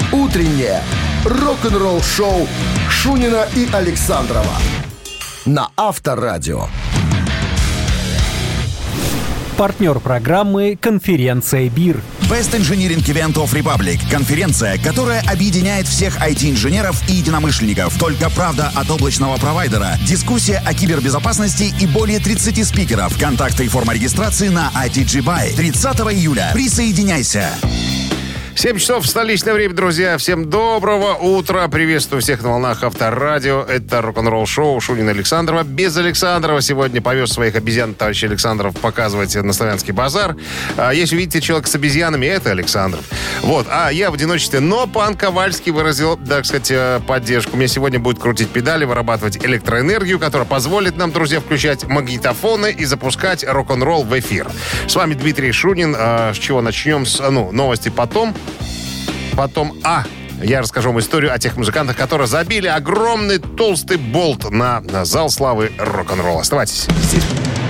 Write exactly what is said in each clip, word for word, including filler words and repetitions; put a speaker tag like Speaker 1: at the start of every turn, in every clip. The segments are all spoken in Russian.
Speaker 1: Утреннее рок-н-ролл-шоу Шунина и Александрова на Авторадио.
Speaker 2: Партнер программы «Конференция БИР».
Speaker 3: Best Engineering Event of Republic. Конференция, которая объединяет всех ай ти-инженеров и единомышленников. Только правда от облачного провайдера. Дискуссия о кибербезопасности и более тридцати спикеров. Контакты и форма регистрации на ай ти джи Buy. тридцатого июля. Присоединяйся.
Speaker 4: семь часов столичное время, друзья. Всем доброго утра. Приветствую всех на волнах Авторадио. Это рок-н-ролл шоу Шунина Александрова. Без Александрова сегодня повез своих обезьян товарищ Александров показывать на Славянский базар. А если видите человека с обезьянами, это Александров. Вот. А я в одиночестве. Но пан Ковальский выразил, так сказать, поддержку. Мне сегодня будет крутить педали, вырабатывать электроэнергию, которая позволит нам, друзья, включать магнитофоны и запускать рок-н-ролл в эфир. С вами Дмитрий Шунин. А, с чего начнем? С, ну, новости потом. Потом, а, я расскажу вам историю о тех музыкантах, которые забили огромный толстый болт на, на зал славы рок-н-ролла. Оставайтесь здесь.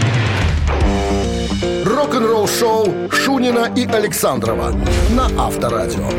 Speaker 1: Рок-н-ролл-шоу Шунина и Александрова на Авторадио.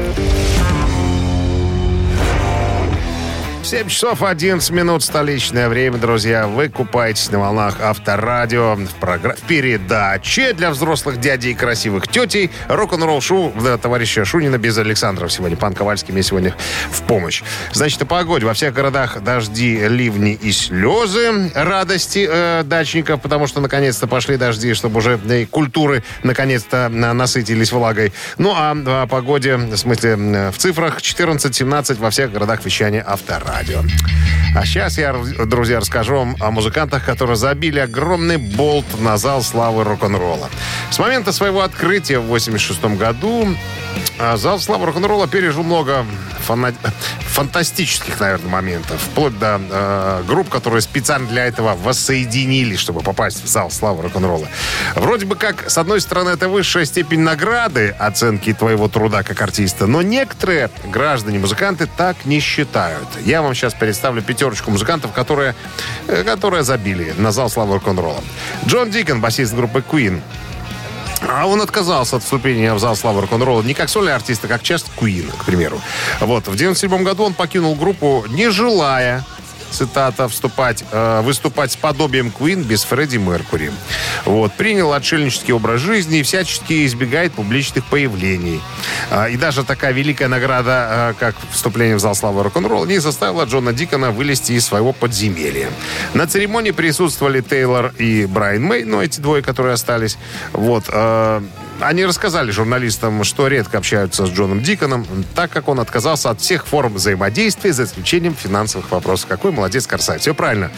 Speaker 4: семь часов одиннадцать минут столичное время, друзья. Вы купаетесь на волнах Авторадио в, програ... в передаче для взрослых дядей и красивых тетей рок-н-ролл шоу товарища Шунина без Александрова сегодня. Пан Ковальский мне сегодня в помощь. Значит, о погоде. Во всех городах дожди, ливни и слезы радости э, дачников, потому что наконец-то пошли дожди, чтобы уже э, культуры наконец-то насытились влагой. Ну, а о погоде, в смысле, в цифрах четырнадцать-семнадцать во всех городах вещания Авторадио. А сейчас я, друзья, расскажу вам о музыкантах, которые забили огромный болт на зал славы рок-н-ролла. С момента своего открытия в восемьдесят шестом году зал славы рок-н-ролла пережил много фана... фантастических, наверное, моментов. Вплоть до э, групп, которые специально для этого воссоединились, чтобы попасть в зал славы рок-н-ролла. Вроде бы как, с одной стороны, это высшая степень награды оценки твоего труда как артиста, но некоторые граждане-музыканты так не считают. Я вам сейчас представлю пятерочку музыкантов, которые, которые забили на зал славы рок-н-ролла. Джон Дикон, басист группы Queen. А он отказался от вступления в зал славы рок-н-ролла не как сольный артист, а как часть Queen, к примеру. Вот. В девяносто седьмом году он покинул группу, не желая, цитата, вступать, э, выступать с подобием Queen без Фредди Меркьюри. Вот. Принял отшельнический образ жизни и всячески избегает публичных появлений. Э, и даже такая великая награда, э, как вступление в зал славы рок-н-ролла, не заставила Джона Дикона вылезти из своего подземелья. На церемонии присутствовали Тейлор и Брайан Мэй, ну, эти двое, которые остались. Вот. Э, Они рассказали журналистам, что редко общаются с Джоном Диконом, так как он отказался от всех форм взаимодействия, за исключением финансовых вопросов. Какой молодец Корсай. Все правильно.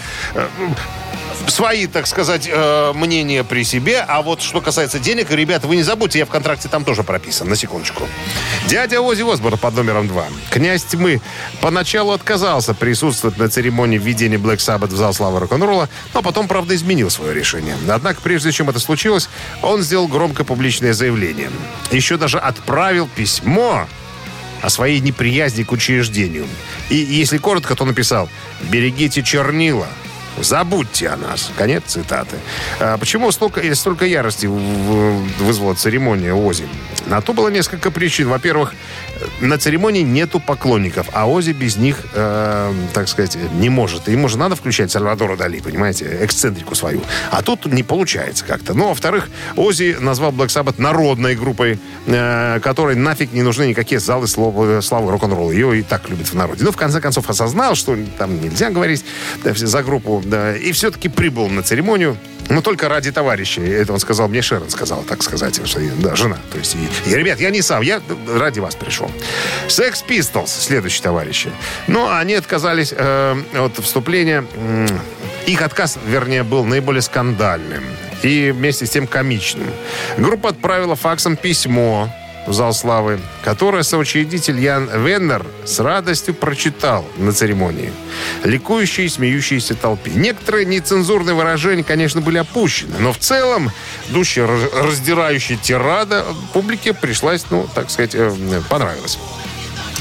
Speaker 4: Свои, так сказать, мнения при себе. А вот что касается денег, ребята, вы не забудьте, я в контракте там тоже прописан, на секундочку. Дядя Оззи Осборн под номером два. Князь Тьмы поначалу отказался присутствовать на церемонии введения Black Sabbath в зал славы рок-н-ролла, но потом, правда, изменил свое решение. Однако, прежде чем это случилось, он сделал громкое публичное заявление. Еще даже отправил письмо о своей неприязни к учреждению. И, если коротко, то написал: «Берегите чернила. Забудьте о нас». Конец цитаты. А почему столько, столько ярости вызвала церемония Оззи? На то было несколько причин. Во-первых, на церемонии нету поклонников, а Оззи без них, э, так сказать, не может. Ему же надо включать Сальвадора Дали, понимаете, эксцентрику свою. А тут не получается как-то. Ну, во-вторых, Оззи назвал Black Sabbath народной группой, э, которой нафиг не нужны никакие залы славы, славы рок-н-ролла. Ее и так любят в народе. Ну, в конце концов, осознал, что там нельзя говорить за группу, да, и все-таки прибыл на церемонию, но только ради товарищей. Это он сказал, мне Шерон сказала, так сказать, что да, жена. То есть, и, и, ребят, я не сам, я ради вас пришел. Sex Pistols, следующие товарищи. Но они отказались э, от вступления. Их отказ, вернее, был наиболее скандальным и вместе с тем комичным. Группа отправила факсом письмо в зал славы, которое соучредитель Ян Веннер с радостью прочитал на церемонии ликующей и смеющейся толпе. Некоторые нецензурные выражения, конечно, были опущены, но в целом души раздирающая тирада публике пришлась, ну, так сказать, понравилась.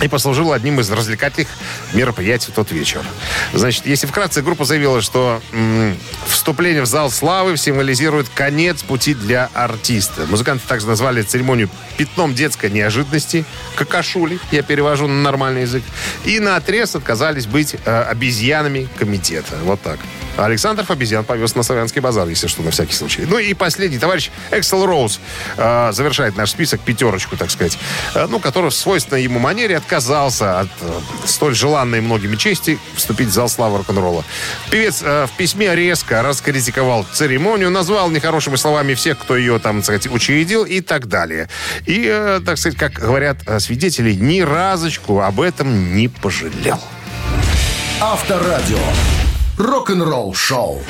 Speaker 4: и послужила одним из развлекательных мероприятий в тот вечер. Значит, если вкратце, группа заявила, что м- вступление в зал славы символизирует конец пути для артиста. Музыканты также назвали церемонию пятном детской неожиданности, какашули, я перевожу на нормальный язык, и наотрез отказались быть э, обезьянами комитета. Вот так. Александров обезьян повез на Славянский базар, если что, на всякий случай. Ну и последний товарищ Эксел Роуз э, завершает наш список, пятерочку, так сказать, э, ну, который в свойственной ему манере отказался от э, столь желанной многими чести вступить в зал славы рок-н-ролла. Певец э, в письме резко раскритиковал церемонию, назвал нехорошими словами всех, кто ее там, так сказать, учредил и так далее. И, э, так сказать, как говорят э, свидетели, ни разочку об этом не пожалел.
Speaker 1: Авторадио. Рок-н-ролл шоу.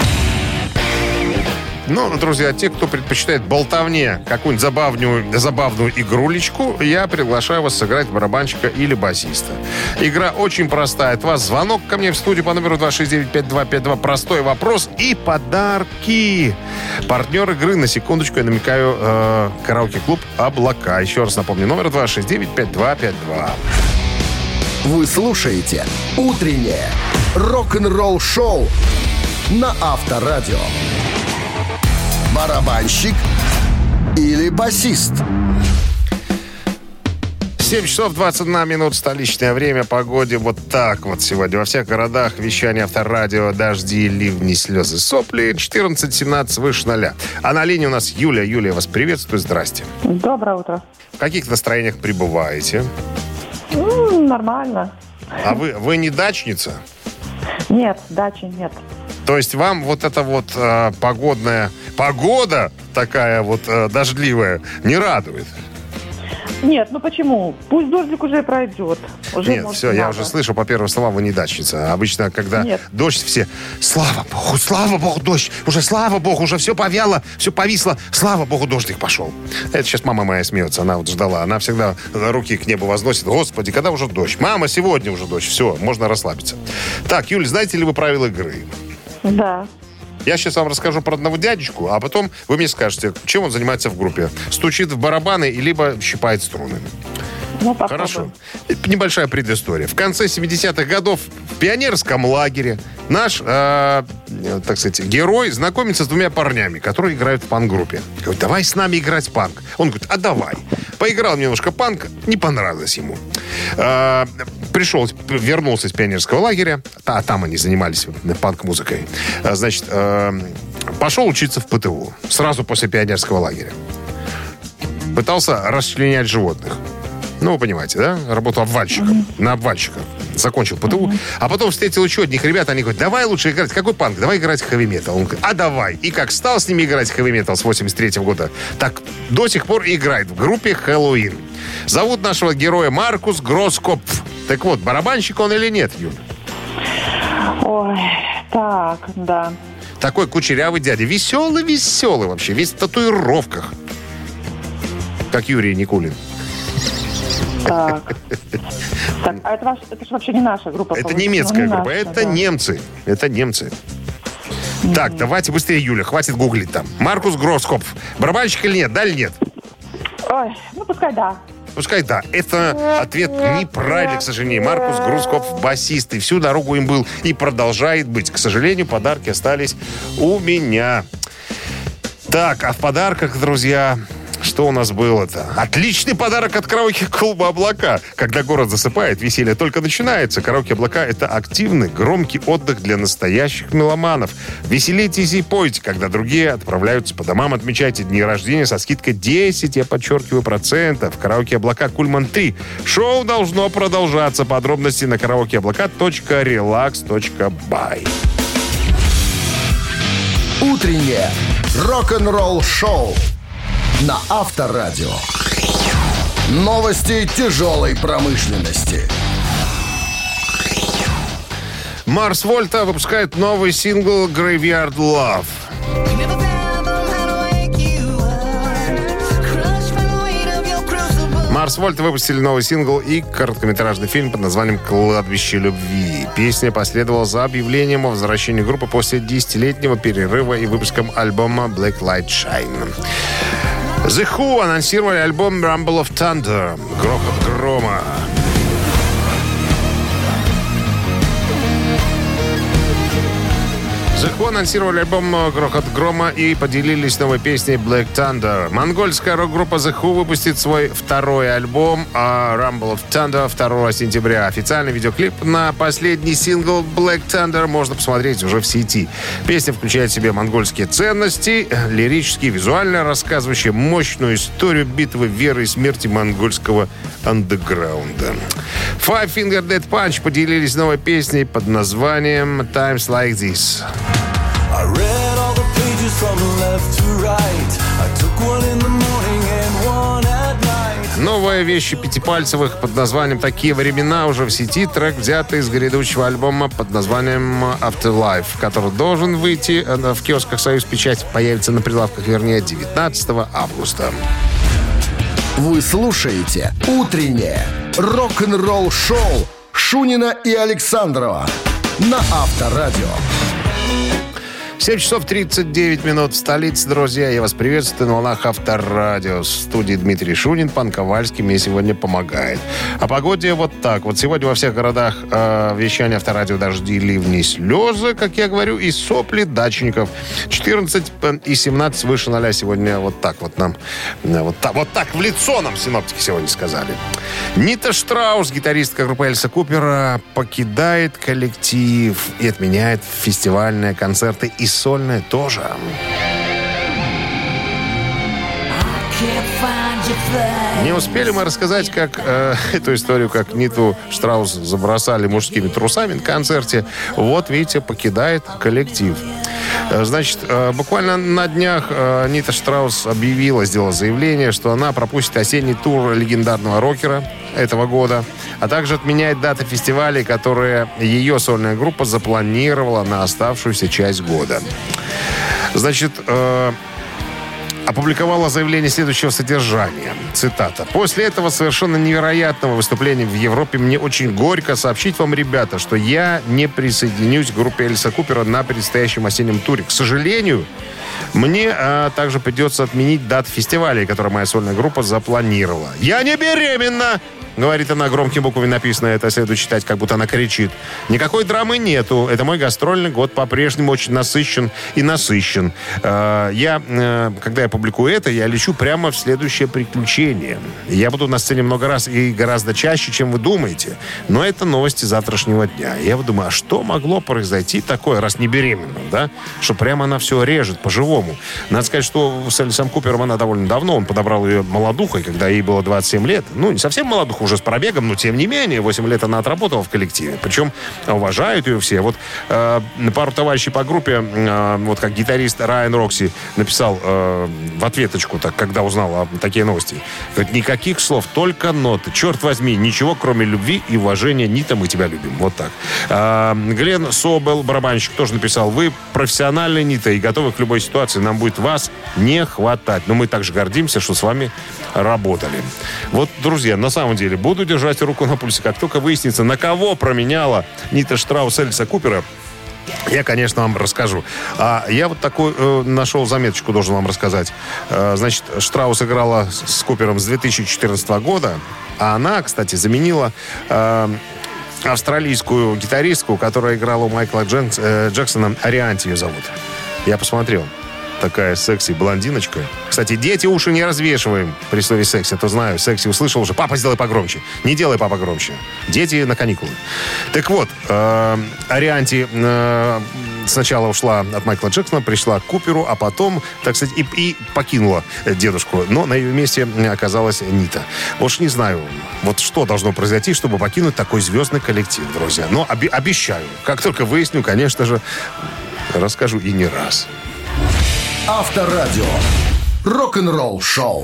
Speaker 4: Ну, друзья, те, кто предпочитает болтовне какую-нибудь забавную, забавную игрулечку, я приглашаю вас сыграть барабанщика или басиста. Игра очень простая. От вас звонок ко мне в студию по номеру два шесть девять пять два пять два. Простой вопрос и подарки. Партнер игры, на секундочку, я намекаю, э, караоке-клуб «Облака». Еще раз напомню, номер два шесть девять пять два пять два.
Speaker 1: Вы слушаете «Утреннее рок-н-ролл-шоу» на Авторадио. Барабанщик или басист?
Speaker 4: семь часов двадцать одна минута, столичное время. Погоде вот так вот сегодня. Во всех городах вещание Авторадио. Дожди, ливни, слезы, сопли. четырнадцать-семнадцать выше ноля. А на линии у нас Юля. Юлия, вас приветствую. Здрасте.
Speaker 5: Доброе утро.
Speaker 4: В каких настроениях пребываете?
Speaker 5: Ну, нормально.
Speaker 4: А вы, вы не дачница?
Speaker 5: Нет, дачи нет.
Speaker 4: То есть вам вот эта вот э, погодная... Погода такая вот э, дождливая не радует?
Speaker 5: Нет, ну почему? Пусть дождик уже пройдет. Уже,
Speaker 4: Нет,
Speaker 5: может,
Speaker 4: все,
Speaker 5: надо.
Speaker 4: я уже слышу по первым словам, вы не дачница. Обычно, когда
Speaker 5: Нет.
Speaker 4: дождь, все, слава богу, слава богу, дождь. Уже слава богу, уже все повяло, все повисло. Слава богу, дождик пошел. Это сейчас мама моя смеется, она вот ждала. Она всегда руки к небу возносит. Господи, когда уже дождь? Мама, сегодня уже дождь. Все, можно расслабиться. Так, Юль, знаете ли вы правила игры?
Speaker 5: Да.
Speaker 4: Я сейчас вам расскажу про одного дядечку, а потом вы мне скажете, чем он занимается в группе. Стучит в барабаны, либо щипает струны.
Speaker 5: Ну, попробуем.
Speaker 4: Хорошо. Небольшая предыстория. В конце семидесятых годов в пионерском лагере наш, э, так сказать, герой знакомится с двумя парнями, которые играют в панк-группе. Говорит, давай с нами играть в панк. Он говорит, а давай. Поиграл немножко панк, не понравилось ему. Э, пришел, вернулся из пионерского лагеря, а там они занимались панк-музыкой. Э, значит, э, пошел учиться в ПТУ сразу после пионерского лагеря. Пытался расчленять животных. Ну, вы понимаете, да? Работал обвальщиком. Mm-hmm. На обвальщиках. Закончил ПТУ. Mm-hmm. А потом встретил еще одних ребят. Они говорят, давай лучше играть. Какой панк? Давай играть в хэви-метал. Он говорит, а давай. И как стал с ними играть в хэви-метал с восемьдесят третьего года, так до сих пор играет в группе «Хэллоуин». Зовут нашего героя Маркус Гроскопф. Так вот, барабанщик он или нет, Юля?
Speaker 5: Ой, так, да.
Speaker 4: Такой кучерявый дядя. Веселый-веселый вообще. Весь в татуировках. Как Юрий Никулин.
Speaker 5: Так. Так, а это, ваш, это же вообще не наша группа.
Speaker 4: Это
Speaker 5: получается.
Speaker 4: немецкая
Speaker 5: Ну, не
Speaker 4: группа.
Speaker 5: наша,
Speaker 4: Это
Speaker 5: да.
Speaker 4: немцы. Это немцы. Mm-hmm. Так, давайте быстрее, Юля. Хватит гуглить там. Маркус Гроскопф. Барабанщик или нет? Да или нет?
Speaker 5: Ой, ну пускай да.
Speaker 4: Пускай да. Это ответ неправильный, к сожалению. Маркус Гроскопф басист. И всю дорогу им был. И продолжает быть. К сожалению, подарки остались у меня. Так, а в подарках, друзья... Что у нас было-то? Отличный подарок от караоке-клуба «Облака». Когда город засыпает, веселье только начинается. Караоке «Облака» — это активный, громкий отдых для настоящих меломанов. Веселитесь и пойте, когда другие отправляются по домам. Отмечайте дни рождения со скидкой десять, я подчеркиваю, процентов. Караоке «Облака» Кульман три. Шоу должно продолжаться. Подробности на караокеоблака точка релакс точка бай.
Speaker 1: Утреннее рок-н-ролл-шоу на Авторадио. Новости тяжелой промышленности.
Speaker 4: Марс Вольта выпускает новый сингл «Graveyard Love». Марс Вольта выпустили новый сингл и короткометражный фильм под названием «Кладбище любви». Песня последовала за объявлением о возвращении группы после десятилетнего перерыва и выпуском альбома «Black Light Shine». The Who анонсировали альбом Rumble of Thunder. Грохот грома. анонсировали альбом «Грохот грома» и поделились новой песней «Black Thunder». Монгольская рок-группа The Who выпустит свой второй альбом «Rumble of Thunder» второго сентября. Официальный видеоклип на последний сингл «Black Thunder» можно посмотреть уже в сети. Песня включает в себя монгольские ценности, лирически и визуально рассказывающие мощную историю битвы веры и смерти монгольского андеграунда. Five Finger Death Punch поделились новой песней под названием «Times Like This».
Speaker 6: I read all the pages from left to right. I took one in the morning and one at night.
Speaker 4: Новая вещь Пятипальцевых под названием «Такие времена» уже в сети. Трек взятый из грядущего альбома под названием «Afterlife», который должен выйти в киосках «Союз Печать». Появится на прилавках, вернее, девятнадцатого августа.
Speaker 1: Вы слушаете «Утреннее рок-н-ролл-шоу» Шунина и Александрова на Авторадио.
Speaker 4: семь часов тридцать девять минут в столице, друзья. Я вас приветствую на волнах Авторадио. В студии Дмитрий Шунин, Пан Ковальский мне сегодня помогает. О погоде вот так. Вот сегодня во всех городах э, вещания Авторадио: дожди, ливни, слезы, как я говорю, и сопли дачников. четырнадцать и семнадцать выше ноля сегодня. Вот так вот нам, вот так, вот так в лицо нам синоптики сегодня сказали. Нита Штраус, гитаристка группы Эльса Купера, покидает коллектив и отменяет фестивальные концерты и сольное тоже. Не успели мы рассказать, как э, эту историю, как Ниту Штраус забросали мужскими трусами на концерте. Вот, видите, покидает коллектив. Значит, э, буквально на днях э, Нита Штраус объявила, сделала заявление, что она пропустит осенний тур легендарного рокера этого года, а также отменяет даты фестивалей, которые ее сольная группа запланировала на оставшуюся часть года. Значит, э, опубликовала заявление следующего содержания. Цитата. «После этого совершенно невероятного выступления в Европе мне очень горько сообщить вам, ребята, что я не присоединюсь к группе Эльса Купера на предстоящем осеннем туре. К сожалению, мне а, также придется отменить даты фестивалей, которые моя сольная группа запланировала. Я не беременна!» Говорит она, громкими буквами написано, это следует читать, как будто она кричит. «Никакой драмы нету. Это мой гастрольный год по-прежнему очень насыщен и насыщен. Я, когда я публикую это, я лечу прямо в следующее приключение. Я буду на сцене много раз и гораздо чаще, чем вы думаете. Но это новости завтрашнего дня». Я вот думаю, а что могло произойти такое, раз не беременна, да? Что прямо она все режет по-живому. Надо сказать, что с Эльсом Купером она довольно давно. Он подобрал ее молодухой, когда ей было двадцать семь лет. Ну, не совсем молодуха, уже с пробегом, но тем не менее, восемь лет она отработала в коллективе. Причем уважают ее все. Вот э, пару товарищей по группе, э, вот как гитарист Райан Рокси написал э, в ответочку, так, когда узнал о такие новости. Говорит, никаких слов, только ноты. Черт возьми, ничего, кроме любви и уважения. Нита, мы тебя любим. Вот так. Э, Глен Собел, барабанщик, тоже написал, вы профессиональная, Нита, и готовы к любой ситуации. Нам будет вас не хватать. Но мы также гордимся, что с вами работали. Вот, друзья, на самом деле, буду держать руку на пульсе. Как только выяснится, на кого променяла Нита Штраус Эльса Купера, я, конечно, вам расскажу. А я вот такую э, нашел заметочку, должен вам рассказать. Э, значит, Штраус играла с, с Купером с две тысячи четырнадцатого года, а она, кстати, заменила э, австралийскую гитаристку, которая играла у Майкла Дженкс, э, Джексона. Арианти ее зовут. Я посмотрел. Такая секси-блондиночка. Кстати, дети уши не развешиваем при слове секси. А то знаю, секси услышал уже. Папа, сделай погромче. Не делай, папа, громче. Дети на каникулы. Так вот, э, Арианти э, сначала ушла от Майкла Джексона, пришла к Куперу, а потом, так сказать, и, и покинула дедушку. Но на ее месте оказалась Нита. Уж не знаю, вот что должно произойти, чтобы покинуть такой звездный коллектив, друзья. Но оби- обещаю, как только выясню, конечно же, расскажу и не раз.
Speaker 1: Авторадио. Рок-н-ролл шоу.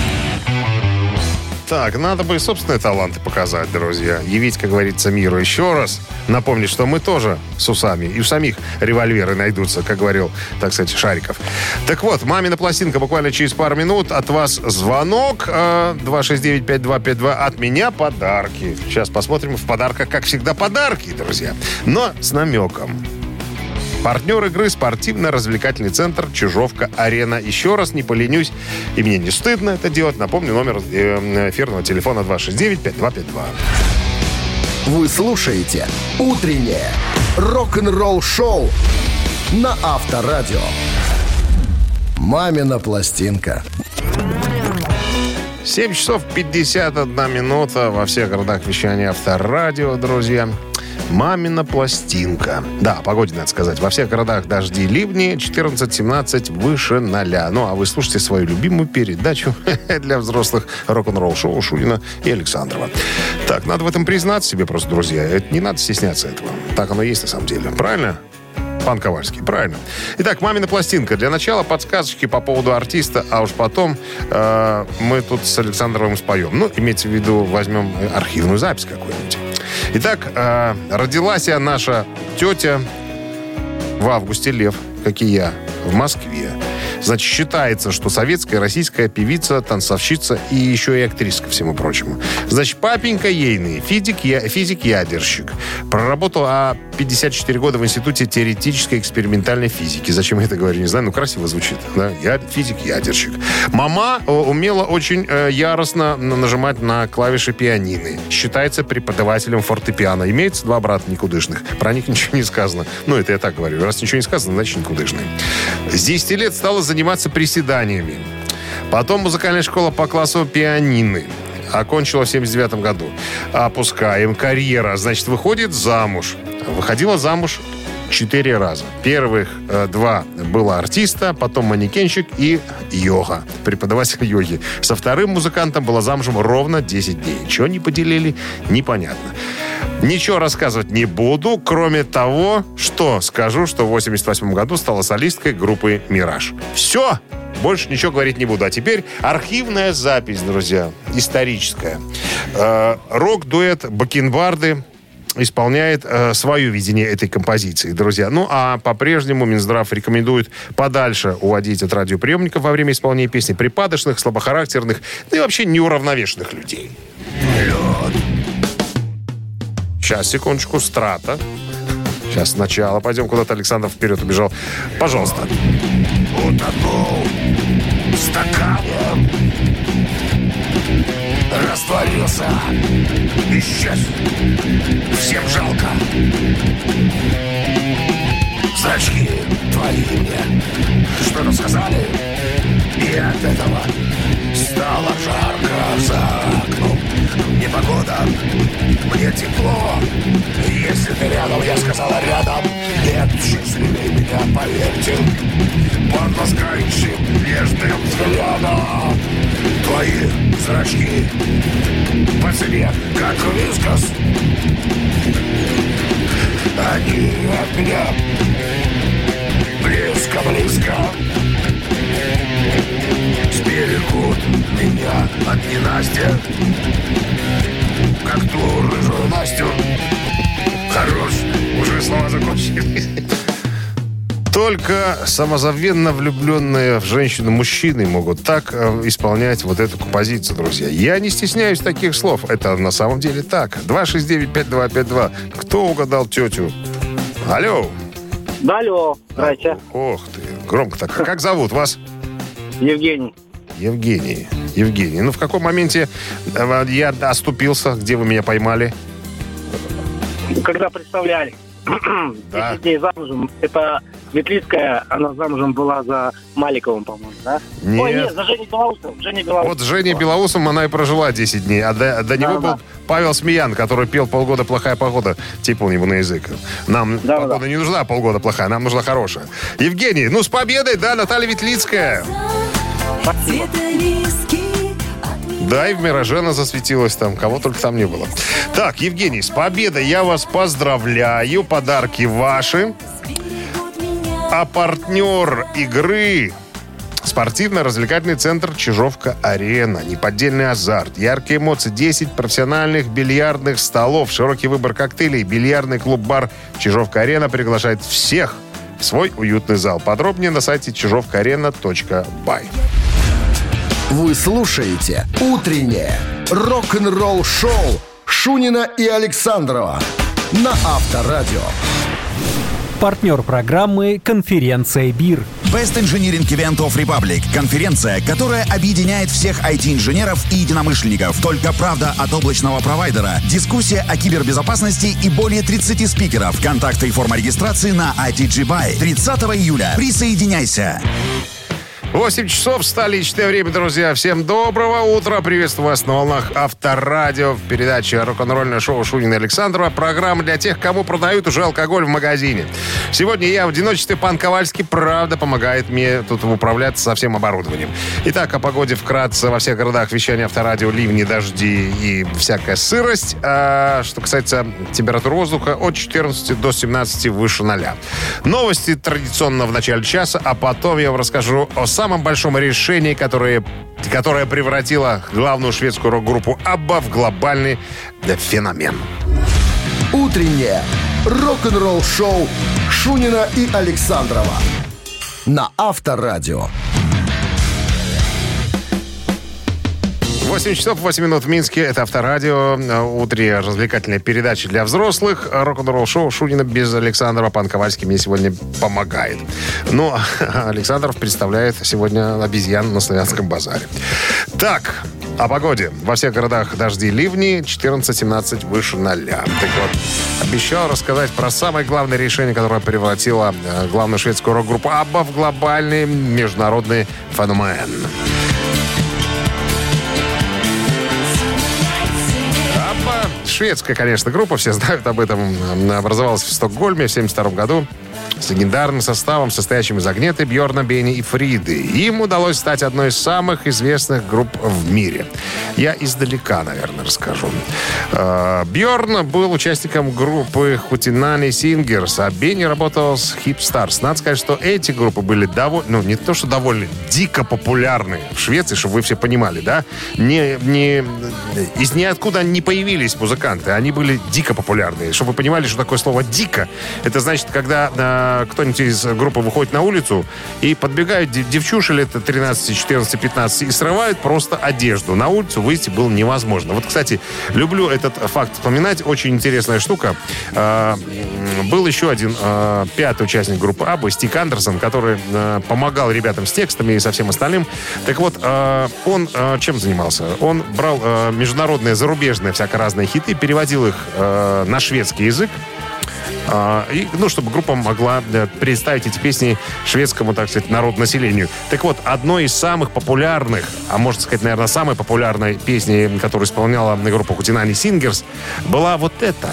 Speaker 4: Так, надо бы собственные таланты показать, друзья. Явить, как говорится, миру еще раз. Напомнить, что мы тоже с усами. И у самих револьверы найдутся, как говорил, так сказать, Шариков. Так вот, «Мамина пластинка» буквально через пару минут. От вас звонок. два шесть девять пять два пять два. От меня подарки. Сейчас посмотрим. В подарках, как всегда, подарки, друзья. Но с намеком. Партнер игры — спортивно-развлекательный центр «Чижовка-Арена». Еще раз не поленюсь, и мне не стыдно это делать. Напомню, номер эфирного телефона два шесть девять пять два пять два.
Speaker 1: Вы слушаете «Утреннее рок-н-ролл-шоу» на Авторадио. «Мамина пластинка».
Speaker 4: семь часов пятьдесят одна минута во всех городах вещания Авторадио, друзья. «Мамина пластинка». Да, о погоде надо сказать. Во всех городах дожди, ливни, четырнадцать-семнадцать выше ноля. Ну, а вы слушаете свою любимую передачу для взрослых рок-н-ролл шоу Шунина и Александрова. Так, надо в этом признаться себе просто, друзья. Это не надо стесняться этого. Так оно и есть на самом деле. Правильно? Пан Ковальский, правильно. Итак, «Мамина пластинка». Для начала подсказочки по поводу артиста, а уж потом э, мы тут с Александровым споем. Ну, имейте в виду, возьмем архивную запись какую-нибудь. Итак, э, родилась я наша тетя в августе, Лев, как и я, в Москве. Значит, считается, что советская, российская певица, танцовщица и еще и актриса, ко всему прочему. Значит, папенька ейный, физик, я, физик-ядерщик. Проработал а, пятьдесят четыре года в Институте теоретической экспериментальной физики. Зачем я это говорю, не знаю, ну красиво звучит. Да? Я физик-ядерщик. Мама э, умела очень э, яростно нажимать на клавиши пианины. Считается преподавателем фортепиано. Имеется два брата никудышных. Про них ничего не сказано. Ну, это я так говорю. Раз ничего не сказано, значит никудышные. С десяти лет стала заниматься приседаниями. Потом музыкальная школа по классу пианины. Окончила в семьдесят девятом году. Опускаем. Карьера. Значит, выходит замуж. Выходила замуж четыре раза. Первых э, два было артиста, потом манекенщик и йога. Преподаватель йоги. Со вторым музыкантом была замужем ровно десять дней. Чего не поделили, непонятно. Ничего рассказывать не буду, кроме того, что скажу, что в восемьдесят восьмом году стала солисткой группы «Мираж». Все! Больше ничего говорить не буду. А теперь архивная запись, друзья, историческая. Э, рок-дуэт «Бакенбарды» исполняет э, свое видение этой композиции, друзья. Ну, а по-прежнему Минздрав рекомендует подальше уводить от радиоприемников во время исполнения песни припадочных, слабохарактерных, да и вообще неуравновешенных людей. Сейчас, секундочку, Страта. Сейчас сначала пойдем куда-то. Александр вперед убежал. Пожалуйста.
Speaker 7: Утонул в стакане, растворился, исчез. Всем жалко. Зрачки твои мне что-то сказали, и от этого стало жарко за окном. Непогода, мне тепло. Если ты рядом, я сказала рядом. Нет, счастливее меня, поверьте, под ласкающим нежным взглядом. Твои зрачки по цене, как вискас. Они от меня близко-близко сберегут меня от ненастья, как ту рыжую Настю. Хорош, уже слова закончились.
Speaker 4: Только самозабвенно влюбленные в женщину мужчины могут так э, исполнять вот эту композицию, друзья. Я не стесняюсь таких слов. Это на самом деле так. два шесть девять пять два пять два. Кто угадал тетю? Алло.
Speaker 8: Да, алло. Здрасте.
Speaker 4: Ох ты, громко так. Как зовут вас?
Speaker 8: Евгений.
Speaker 4: Евгений. Евгений. Ну, в каком моменте я оступился? Где вы меня поймали?
Speaker 8: Когда представляли.
Speaker 4: Да.
Speaker 8: десять дней замужем. Это Ветлицкая, она замужем была за Маликовым, по-моему, да?
Speaker 4: Нет.
Speaker 8: Ой, нет, за Женей Белоусом. Женей Белоусом.
Speaker 4: Вот с Женей Белоусом она и прожила десять дней. А до, до него
Speaker 8: да,
Speaker 4: был
Speaker 8: да.
Speaker 4: Павел Смеян, который пел «Полгода плохая погода». Типа у него на язык. Нам
Speaker 8: да,
Speaker 4: погода
Speaker 8: да.
Speaker 4: не нужна, полгода плохая. Нам нужна хорошая. Евгений, ну с победой, да, Наталья Ветлицкая.
Speaker 8: Спасибо.
Speaker 4: Да, и в «Мираже» она засветилась там. Кого только там не было. Так, Евгений, с победой я вас поздравляю. Подарки ваши. А партнер игры — спортивно-развлекательный центр «Чижовка-Арена». Неподдельный азарт, яркие эмоции, десять профессиональных бильярдных столов, широкий выбор коктейлей. Бильярдный клуб-бар «Чижовка-Арена» приглашает всех в свой уютный зал. Подробнее на сайте чижовка арена точка бай.
Speaker 1: Вы слушаете «Утреннее рок-н-ролл-шоу» Шунина и Александрова на Авторадио.
Speaker 2: Партнер программы «Конференция БИР».
Speaker 3: Best Engineering Event of Republic. Конференция, которая объединяет всех ай ти-инженеров и единомышленников. Только правда от облачного провайдера. Дискуссия о кибербезопасности и более тридцати спикеров. Контакты и форма регистрации на ай ти джи бай. тридцатого июля. Присоединяйся.
Speaker 4: восемь часов, столичное время, друзья. Всем доброго утра. Приветствую вас на волнах Авторадио в передаче рок-н-ролльное шоу Шунина и Александрова. Программа для тех, кому продают уже алкоголь в магазине. Сегодня я в одиночестве. Пан Ковальский, правда, помогает мне тут управляться со всем оборудованием. Итак, о погоде вкратце. Во всех городах вещания Авторадио: ливни, дожди и всякая сырость. А что касается температуры воздуха, от четырнадцати до семнадцати выше ноля. Новости традиционно в начале часа, а потом я вам расскажу о самом самом большом решении, которое, которое превратило главную шведскую рок-группу Абба в глобальный феномен.
Speaker 1: Утреннее рок-н-ролл-шоу Шунина и Александрова на Авторадио.
Speaker 4: восемь часов восемь минут в Минске. Это Авторадио. Утренняя развлекательная передача для взрослых. Рок-н-ролл шоу Шунина без Александрова. Пан Ковальский мне сегодня помогает. Ну, Александров представляет сегодня обезьян на Славянском базаре. Так, о погоде. Во всех городах дожди, ливни, четырнадцать-семнадцать выше ноля. Так вот, обещал рассказать про самое главное решение, которое превратило главную шведскую рок-группу Абба в глобальный международный феномен. Шведская, конечно, группа, все знают об этом. Образовалась в Стокгольме в семьдесят втором году с легендарным составом, состоящим из Агнеты, Бьорна, Бенни и Фриды. Им удалось стать одной из самых известных групп в мире. Я издалека, наверное, расскажу. Бьорн был участником группы Хутинани Сингерс, а Бенни работал с Hip Stars. Надо сказать, что эти группы были довольно, ну, не то, что довольно, дико популярны в Швеции, чтобы вы все понимали, да? Не, не, из ниоткуда не появились музыканты, они были дико популярны. Чтобы вы понимали, что такое слово «дико», это значит, когда э, кто-нибудь из группы выходит на улицу и подбегают девчуши лет тринадцати, четырнадцати, пятнадцати и срывают просто одежду. На улицу выйти было невозможно. Вот, кстати, люблю этот факт вспоминать. Очень интересная штука. Э, был еще один э, пятый участник группы Абба, Стик Андерсон, который э, помогал ребятам с текстами и со всем остальным. Так вот, э, он э, чем занимался? Он брал э, международные, зарубежные, всяко разные хиты, переводил их э, на шведский язык. И, ну, чтобы группа могла представить эти песни шведскому, так сказать, народонаселению. Так вот, одной из самых популярных, а можно сказать, наверное, самой популярной песни, которую исполняла группа Хутинани Сингерс, была вот эта.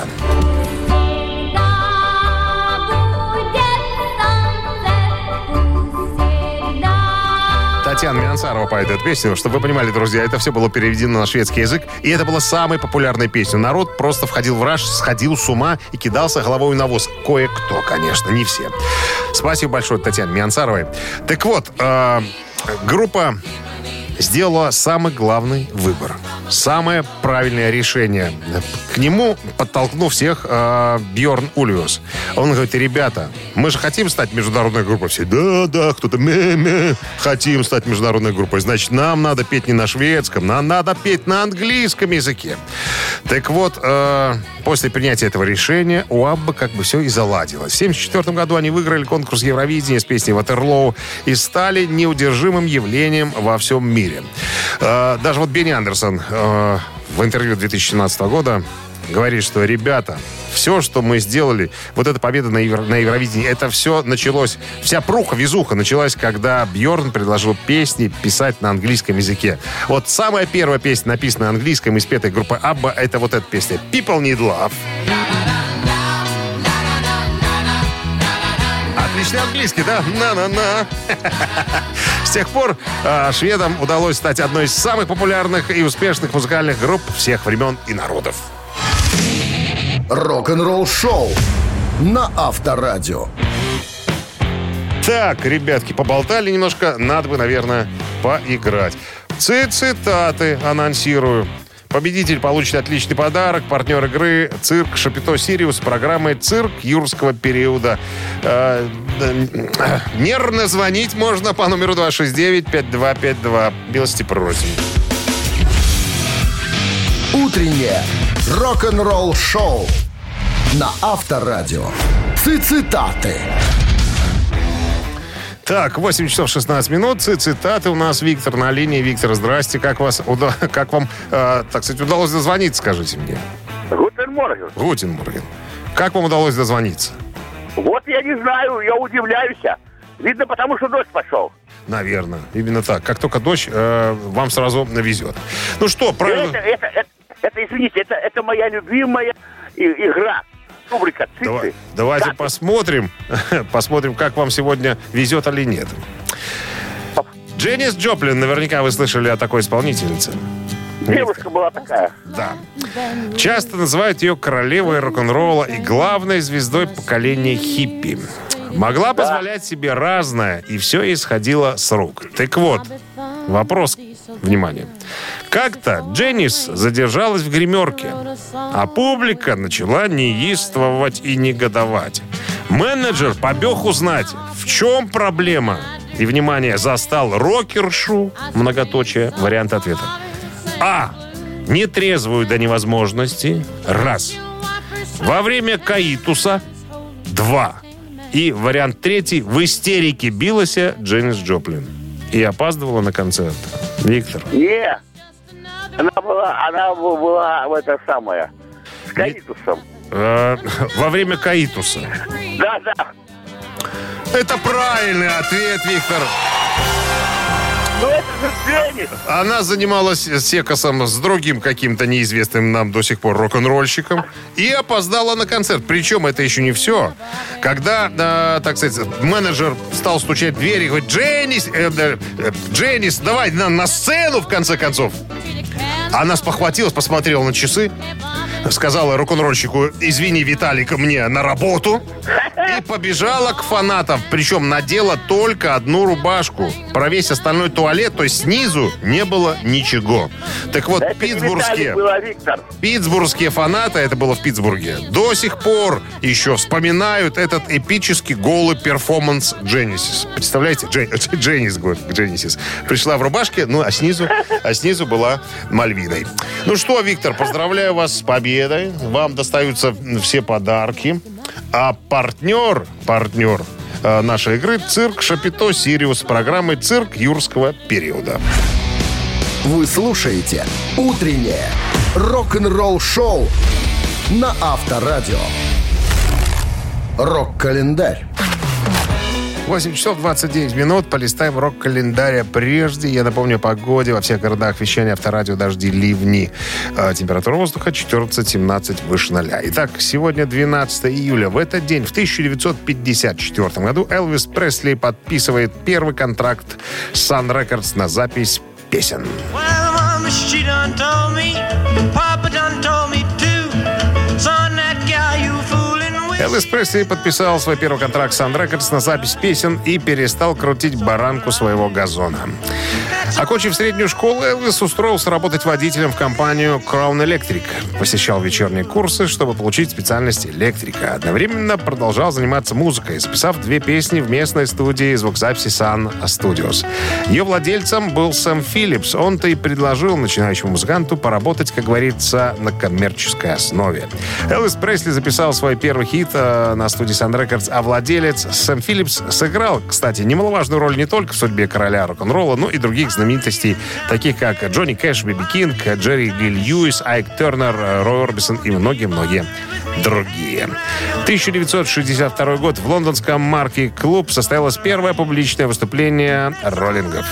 Speaker 4: Татьяна Миансарова поет эту песню. Чтобы вы понимали, друзья, это все было переведено на шведский язык. И это была самая популярная песня. Народ просто входил в раж, сходил с ума и кидался головой на воз. Кое-кто, конечно, не все. Спасибо большое Татьяне Миансаровой. Так вот, э, группа сделала самый главный выбор. Самое правильное решение. К нему подтолкнул всех э, Бьорн Ульвиус. Он говорит: ребята, мы же хотим стать международной группой. Все: да, да, кто-то мэ-мэ. Хотим стать международной группой. Значит, нам надо петь не на шведском, нам надо петь на английском языке. Так вот, э, после принятия этого решения у Абба как бы все и заладилось. В семьдесят четвёртом году они выиграли конкурс Евровидения с песней «Ватерлоу» и стали неудержимым явлением во всем мире. Э, даже вот Бенни Андерсон э, в интервью две тысячи семнадцатого года говорит, что, ребята, все, что мы сделали, вот эта победа на, Евро, на Евровидении, это все началось, вся пруха, везуха началась, когда Бьорн предложил песни писать на английском языке. Вот самая первая песня, написанная на английском и спетая группой Абба, это вот эта песня «People Need Love». Отличный английский, да? На-на-на. С тех пор э, шведам удалось стать одной из самых популярных и успешных музыкальных групп всех времен и народов.
Speaker 1: Рок-н-ролл-шоу на Авторадио.
Speaker 4: Так, ребятки, поболтали немножко. Надо бы, наверное, поиграть. Цитаты анонсирую. Победитель получит отличный подарок. Партнер игры — цирк Шапито Сириус с программой «Цирк юрского периода». Э, э, нервно звонить можно по номеру два шесть девять пять два пять два. Милости просим.
Speaker 1: Утреннее рок-н-ролл-шоу на Авторадио. Цитаты.
Speaker 4: Так, восемь часов шестнадцать минут. Цитаты у нас. Виктор на линии. Виктор, здрасте. Как, вас, уда- как вам, э, так сказать, удалось дозвониться, скажите мне?
Speaker 9: Гутен Морген.
Speaker 4: Гутен Морген. Как вам удалось дозвониться?
Speaker 9: Вот я не знаю, я удивляюсь. Видно, потому что дождь пошел.
Speaker 4: Наверное, именно так. Как только дождь, э, вам сразу навезет. Ну что, правильно...
Speaker 9: Это, это, это, это извините, это, это моя любимая и, игра. Рубрика «Цифры».
Speaker 4: Давай, давайте
Speaker 9: Как?
Speaker 4: посмотрим, посмотрим, как вам сегодня везет или нет. Дженнис Джоплин, наверняка вы слышали о такой исполнительнице.
Speaker 9: Девушка была такая.
Speaker 4: Да. Часто называют ее королевой рок-н-ролла и главной звездой поколения хиппи. Могла позволять себе разное, и все исходило с рук. Так вот, вопрос, внимание. Как-то Дженнис задержалась в гримерке, а публика начала неистовать и негодовать. Менеджер побег узнать, в чем проблема. И, внимание, застал рокершу, многоточие, вариант ответа. А. Нетрезвую до невозможности. Раз. Во время каитуса. Два. И вариант третий. В истерике билась Дженнис Джоплин. И опаздывала на концерт. Виктор.
Speaker 9: Не. Она была, она была в это самое. С каитусом.
Speaker 4: Э, во время каитуса.
Speaker 9: Да, да.
Speaker 4: Это правильный ответ, Виктор.
Speaker 9: Ну это же Дженнис.
Speaker 4: Она занималась секосом с другим каким-то неизвестным нам до сих пор рок-н-ролльщиком и опоздала на концерт. Причем это еще не все. Когда, э, так сказать, менеджер стал стучать в дверь и говорит: Дженнис, э, э, Дженнис, давай на, на сцену, в конце концов. Она спохватилась, посмотрела на часы, сказала рок-н-ролльщику: извини, Виталик, мне на работу. И побежала к фанатам. Причем надела только одну рубашку. Про весь остальной туалет, то есть снизу, не было ничего. Так вот,
Speaker 9: Это
Speaker 4: питтсбургские,
Speaker 9: была, Виктор.
Speaker 4: питтсбургские фанаты, это было в Питтсбурге, до сих пор еще вспоминают этот эпический голый перформанс Дженнисис. Представляете? Джен, Дженнис, говорит, Дженнисис. Пришла в рубашке, ну, а снизу, а снизу была Мальвиной. Ну что, Виктор, поздравляю вас с победой. Вам достаются все подарки. А партнер, партнер э, нашей игры — цирк Шапито Сириус с программой «Цирк юрского периода».
Speaker 1: Вы слушаете «Утреннее рок-н-ролл-шоу» на Авторадио. Рок-календарь.
Speaker 4: восемь часов двадцать девять минут. Полистаем рок-календаря прежде. Я напомню о погоде. Во всех городах вещания Авторадио дожди, ливни. А температура воздуха четырнадцать-семнадцать выше ноля. Итак, сегодня двенадцатое июля. В этот день, в тысяча девятьсот пятьдесят четвёртом году, Элвис Пресли подписывает первый контракт с Sun Records на запись песен. Элвис Пресли подписал свой первый контракт с Sun Records на запись песен и перестал крутить баранку своего газона. Окончив среднюю школу, Элвис устроился работать водителем в компанию Crown Electric. Посещал вечерние курсы, чтобы получить специальность электрика. Одновременно продолжал заниматься музыкой, записав две песни в местной студии звукозаписи Sun Studios. Ее владельцем был Сэм Филлипс. Он-то и предложил начинающему музыканту поработать, как говорится, на коммерческой основе. Элвис Пресли записал свой первый хит на студии Sun Records, а владелец Сэм Филлипс сыграл, кстати, немаловажную роль не только в судьбе короля рок-н-ролла, но и других знаменитостей, таких как Джонни Кэш, Би Би Кинг, Джерри Ли Льюис, Айк Тернер, Рой Орбисон и многие-многие другие. тысяча девятьсот шестьдесят второй год. В лондонском Марки Клуб состоялось первое публичное выступление роллингов.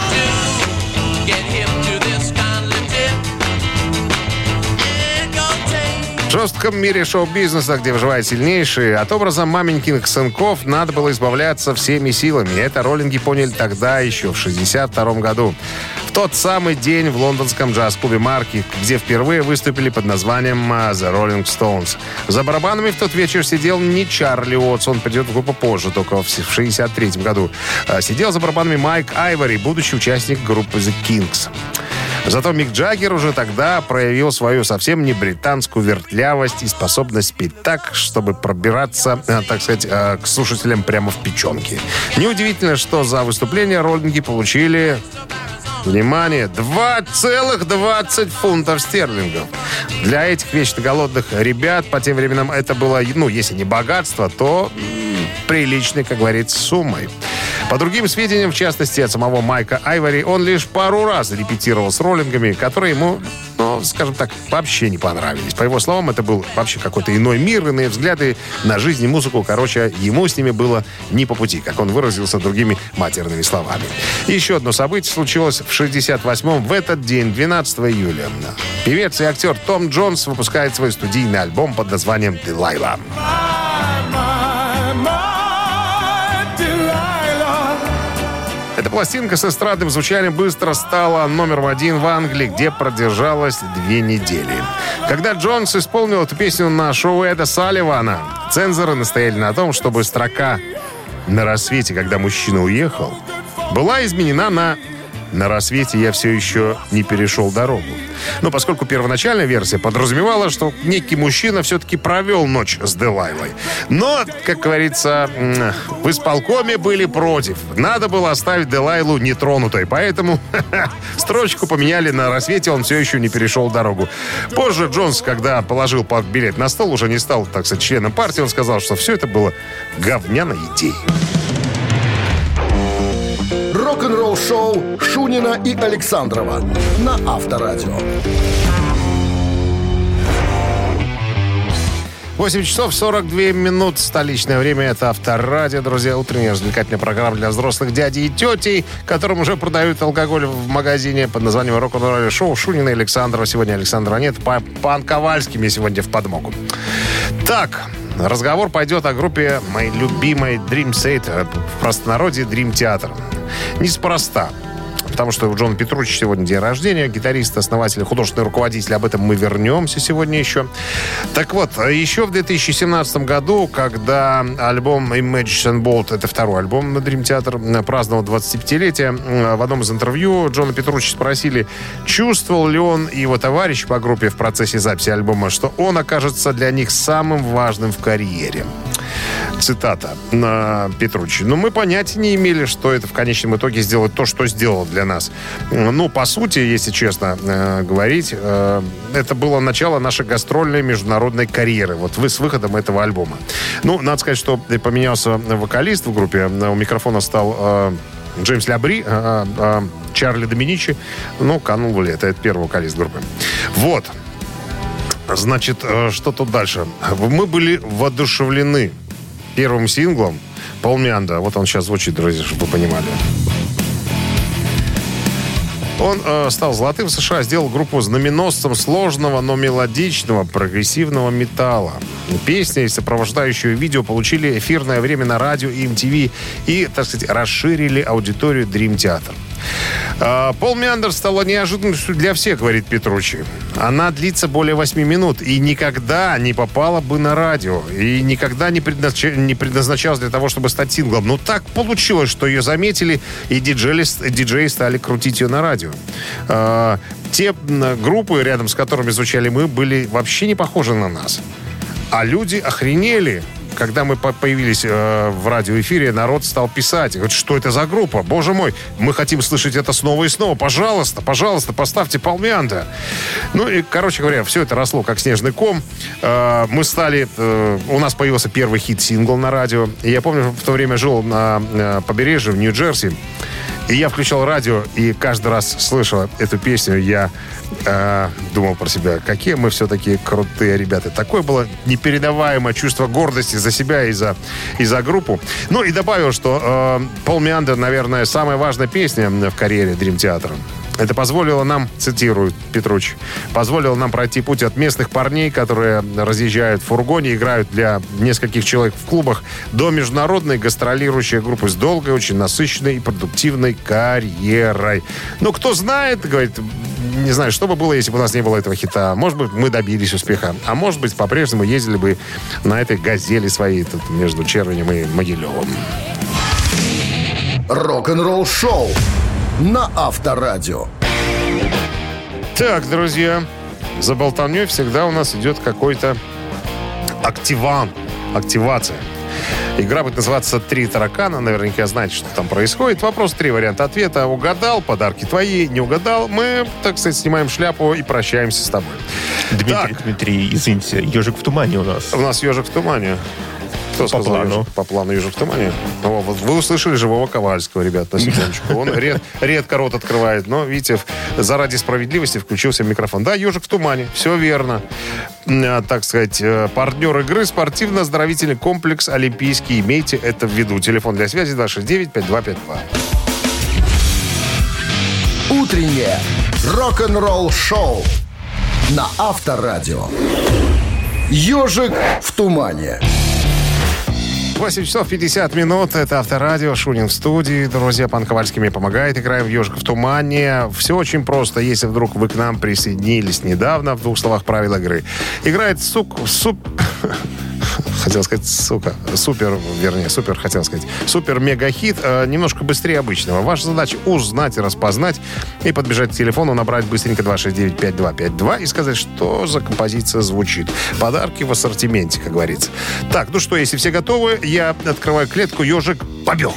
Speaker 4: В жестком мире шоу-бизнеса, где выживает сильнейший, от образа маменькиных сынков надо было избавляться всеми силами. Это роллинги поняли тогда, еще в шестьдесят втором году. В тот самый день в лондонском джаз-клубе Марки, где впервые выступили под названием The Rolling Stones. За барабанами в тот вечер сидел не Чарли Уотс, он придет в группу позже, только в шестьдесят третьем году. Сидел за барабанами Майк Айвори, будущий участник группы The Kings. Зато Мик Джаггер уже тогда проявил свою совсем не британскую вертлявость и способность петь так, чтобы пробираться, так сказать, к слушателям прямо в печенки. Неудивительно, что за выступление роллинги получили внимание, два целых двадцать фунтов стерлингов. Для этих вечно голодных ребят по тем временам это было, ну, если не богатство, то м, приличной, как говорится, суммой. По другим сведениям, в частности, от самого Майка Айвори, он лишь пару раз репетировал с роллингами, которые ему, ну, скажем так, вообще не понравились. По его словам, это был вообще какой-то иной мир, иные взгляды на жизнь и музыку. Короче, ему с ними было не по пути, как он выразился другими матерными словами. Еще одно событие случилось в шестьдесят восьмом, в этот день, двенадцатого июля. Певец и актер Том Джонс выпускает свой студийный альбом под названием «Делайла». Эта пластинка с эстрадным звучанием быстро стала номером один в Англии, где продержалась две недели. Когда Джонс исполнил эту песню на шоу Эда Салливана, цензоры настояли на том, чтобы строка «На рассвете, когда мужчина уехал» была изменена на «На рассвете я все еще не перешел дорогу». Но поскольку первоначальная версия подразумевала, что некий мужчина все-таки провел ночь с Делайлой. Но, как говорится, в исполкоме были против. Надо было оставить Делайлу нетронутой. Поэтому строчку поменяли «На рассвете он все еще не перешел дорогу». Позже Джонс, когда положил билет на стол, уже не стал, так сказать, членом партии, он сказал, что все это было говняной идеей.
Speaker 1: Рок-н-ролл-шоу Шунина и Александрова на Авторадио.
Speaker 4: восемь часов сорок две минуты. Столичное время. Это Авторадио, друзья. Утренняя развлекательная программа для взрослых дядей и тетей, которым уже продают алкоголь в магазине под названием «Рок-н-ролл шоу» Шунина и Александрова. Сегодня Александра нет. Пан Ковальский мне сегодня в подмогу. Так, разговор пойдет о группе моей любимой Dream Theater, в простонародье Dream Theater. Неспроста. Потому что у Джона Петруччи сегодня день рождения, гитарист, основатель, художественный руководитель. Об этом мы вернемся сегодня еще. Так вот, еще в две тысячи семнадцатом году, когда альбом Imagine and Bolt, это второй альбом на Dream Theater, праздновал двадцатипятилетие, в одном из интервью Джона Петруччи спросили, чувствовал ли он и его товарищ по группе в процессе записи альбома, что он окажется для них самым важным в карьере. Цитата на Петруччи. «Ну, мы понятия не имели, что это в конечном итоге сделает то, что сделало для нас. Ну, по сути, если честно э, говорить, э, это было начало нашей гастрольной международной карьеры. Вот вы с выходом этого альбома. Ну, надо сказать, что поменялся вокалист в группе. У микрофона стал э, Джеймс Лябри, э, э, Чарли Доминичи. Ну, канул в лето. Это первый вокалист группы. Вот. Значит, э, что тут дальше? Мы были воодушевлены первым синглом «Пол Мианда». Вот он сейчас звучит, друзья, чтобы вы понимали. Он э, стал золотым в США, сделал группу знаменосцем сложного, но мелодичного, прогрессивного металла. Песни и сопровождающие видео получили эфирное время на радио и эм ти ви и, так сказать, расширили аудиторию Dream Theater. Э, «Пол Миандер» стала неожиданностью для всех, говорит Петруччи. Она длится более восьми минут и никогда не попала бы на радио. И никогда не, предназнач... не предназначалась для того, чтобы стать синглом. Но так получилось, что ее заметили, и диджеи, диджеи стали крутить ее на радио. Э, те группы, рядом с которыми звучали мы, были вообще не похожи на нас. А люди охренели. Когда мы появились э, в радиоэфире, народ стал писать. Говорит, что это за группа? Боже мой, мы хотим слышать это снова и снова. Пожалуйста, пожалуйста, поставьте «Пол Мианда». Ну и, короче говоря, все это росло как снежный ком. Э, мы стали... Э, у нас появился первый хит-сингл на радио. И я помню, в то время жил на э, побережье в Нью-Джерси. И я включал радио, и каждый раз слышал эту песню, я э, думал про себя, какие мы все-таки крутые ребята. Такое было непередаваемое чувство гордости за себя и за, и за группу. Ну и добавил, что э, «Пол Мианда», наверное, самая важная песня в карьере Dream Theater. Это позволило нам, цитирую Петруччи, позволило нам пройти путь от местных парней, которые разъезжают в фургоне, играют для нескольких человек в клубах, до международной гастролирующей группы с долгой, очень насыщенной и продуктивной карьерой. Ну, кто знает, говорит, не знаю, что бы было, если бы у нас не было этого хита. Может быть, мы добились успеха. А может быть, по-прежнему ездили бы на этой «Газели» своей тут между Червенем и Могилевым.
Speaker 1: Рок-н-ролл шоу на Авторадио.
Speaker 4: Так, друзья, за болтовней всегда у нас идет какой-то активан, активация. Игра будет называться «Три таракана». Наверняка знаете, что там происходит. Вопрос, три варианта ответа. Угадал, подарки твои. Не угадал, мы, так сказать, снимаем шляпу и прощаемся с тобой.
Speaker 10: Дмитрий,
Speaker 4: так.
Speaker 10: Дмитрий, извините, «Ежик в тумане» у нас.
Speaker 4: У нас «Ежик в тумане». Кто
Speaker 10: по
Speaker 4: сказал
Speaker 10: плану.
Speaker 4: «Ежик»? По плану «Ежик в тумане». О, вот вы услышали живого Ковальского, ребят, на секундочку. Он ред, редко рот открывает, но, видите, заради справедливости включился микрофон. Да, «Ежик в тумане», все верно. А, так сказать, партнер игры — спортивно-оздоровительный комплекс «Олимпийский». Имейте это в виду. Телефон для связи два шесть девять пять два пять два.
Speaker 1: Утреннее рок-н-ролл-шоу на Авторадио. «Ежик в тумане».
Speaker 4: восемь часов пятьдесят минут. Это Авторадио. Шунин в студии. Друзья, пан Ковальский мне помогает. Играем в «Ежик в тумане». Все очень просто. Если вдруг вы к нам присоединились недавно, в двух словах правил игры. Играет сук... суп... Хотел сказать, сука, супер, вернее, супер, хотел сказать, супер-мега-хит, э, немножко быстрее обычного. Ваша задача узнать и распознать, и подбежать к телефону, набрать быстренько два шесть девять пять два пять два и сказать, что за композиция звучит. Подарки в ассортименте, как говорится. Так, ну что, если все готовы, я открываю клетку, ежик побег.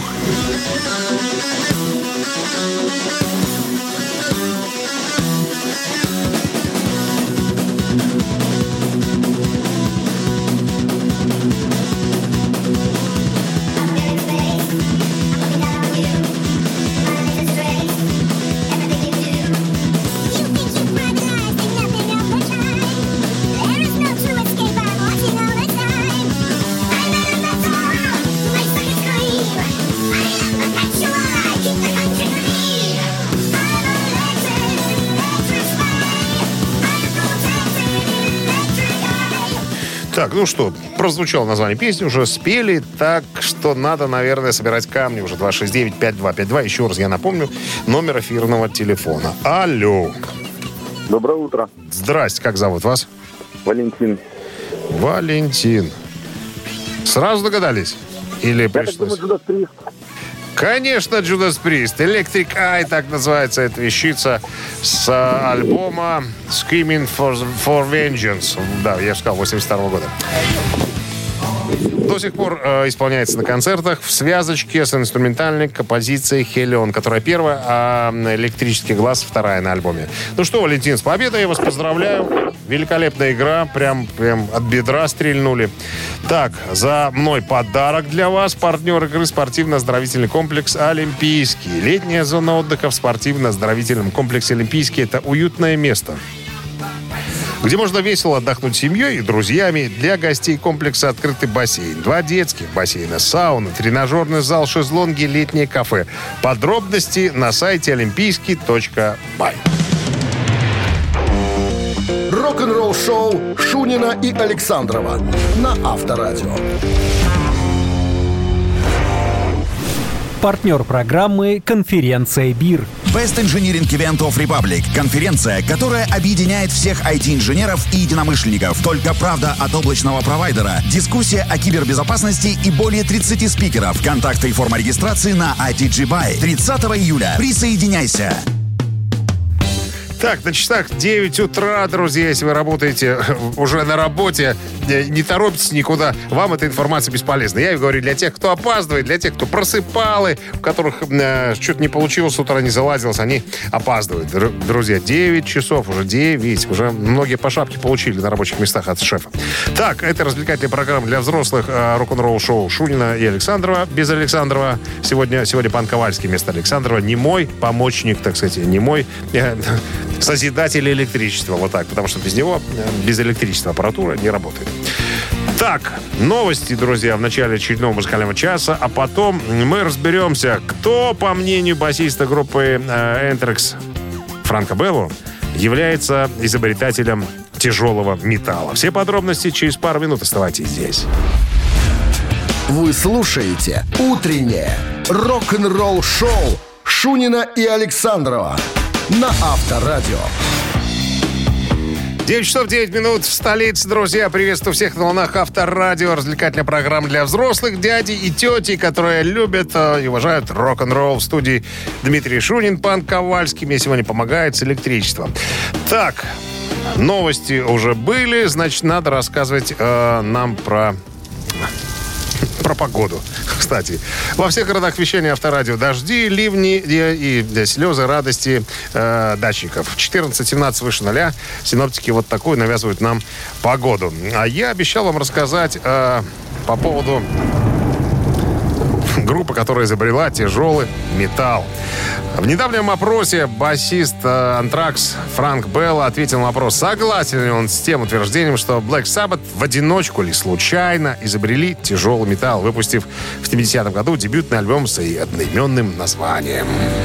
Speaker 4: Так, ну что, прозвучало название песни, уже спели, так что надо, наверное, собирать камни уже. два шесть девять пять два пять два. Еще раз я напомню, номер эфирного телефона. Алло.
Speaker 8: Доброе утро.
Speaker 4: Здрасте, как зовут вас?
Speaker 8: Валентин.
Speaker 4: Валентин. Сразу догадались? Или
Speaker 8: Я
Speaker 4: пришлось?
Speaker 8: так думаю, Джудас Прист.
Speaker 4: Конечно, Judas Priest. Electric Eye, так называется эта вещица с а, альбома Screaming for, for Vengeance. Да, я же сказал, восемьдесят второго года. До сих пор э, исполняется на концертах в связочке с инструментальной композицией «Хелион», которая первая, а «Электрический глаз» вторая на альбоме. Ну что, Валентин, с победой, я вас поздравляю. Великолепная игра, прям, прям от бедра стрельнули. Так, за мной подарок для вас. Партнер игры — спортивно-оздоровительный комплекс «Олимпийский». Летняя зона отдыха в спортивно-оздоровительном комплексе «Олимпийский» — это уютное место, где можно весело отдохнуть с семьей и друзьями. Для гостей комплекса открытый бассейн, два детских бассейна, сауна, тренажерный зал, шезлонги, летнее кафе. Подробности на сайте олимпийский точка бай.
Speaker 1: Рок-н-ролл-шоу Шунина и Александрова на Авторадио.
Speaker 2: Партнер программы «Конференция БИР».
Speaker 3: Best Engineering Event of Republic. Конференция, которая объединяет всех ай ти-инженеров и единомышленников. Только правда от облачного провайдера. Дискуссия о кибербезопасности и более тридцати спикеров. Контакты и форма регистрации на ай ти джи бай. тридцатого июля. Присоединяйся.
Speaker 4: Так, на часах девять утра, друзья, если вы работаете уже на работе, не торопитесь никуда, вам эта информация бесполезна. Я говорю для тех, кто опаздывает, для тех, кто просыпалы, у которых э, что-то не получилось, с утра не заладилось, они опаздывают. Друзья, девять часов, уже девять, уже многие по шапке получили на рабочих местах от шефа. Так, это развлекательная программа для взрослых, э, рок-н-ролл-шоу Шунина и Александрова. Без Александрова сегодня, сегодня пан Ковальский вместо Александрова. Не мой помощник, так сказать, не мой... Э, созидатель электричества, вот так, потому что без него, без электричества аппаратура не работает. Так, новости, друзья, в начале очередного музыкального часа, а потом мы разберемся, кто, по мнению басиста группы э, Anthrax Франко Белло, является изобретателем тяжелого металла. Все подробности через пару минут. Оставайтесь здесь.
Speaker 1: Вы слушаете «Утреннее рок-н-ролл-шоу» Шунина и Александрова на Авторадио.
Speaker 4: девять часов девять минут в столице, друзья. Приветствую всех на волнах Авторадио. Развлекательная программа для взрослых, дядей и тети, которые любят и уважают рок-н-ролл. В студии Дмитрий Шунин, пан Ковальский. Мне сегодня помогает с электричеством. Так, новости уже были, значит, надо рассказывать э, нам про... Про погоду, кстати. Во всех городах вещания Авторадио дожди, ливни и, и слезы радости э, дачников. четырнадцать-семнадцать выше нуля. Синоптики вот такую навязывают нам погоду. А я обещал вам рассказать э, по поводу группы, которая изобрела тяжелый металл. В недавнем опросе басист Антракс Франк Белла ответил на вопрос, согласен ли он с тем утверждением, что Black Sabbath в одиночку или случайно изобрели тяжелый металл, выпустив в семидесятом году дебютный альбом с одноименным названием.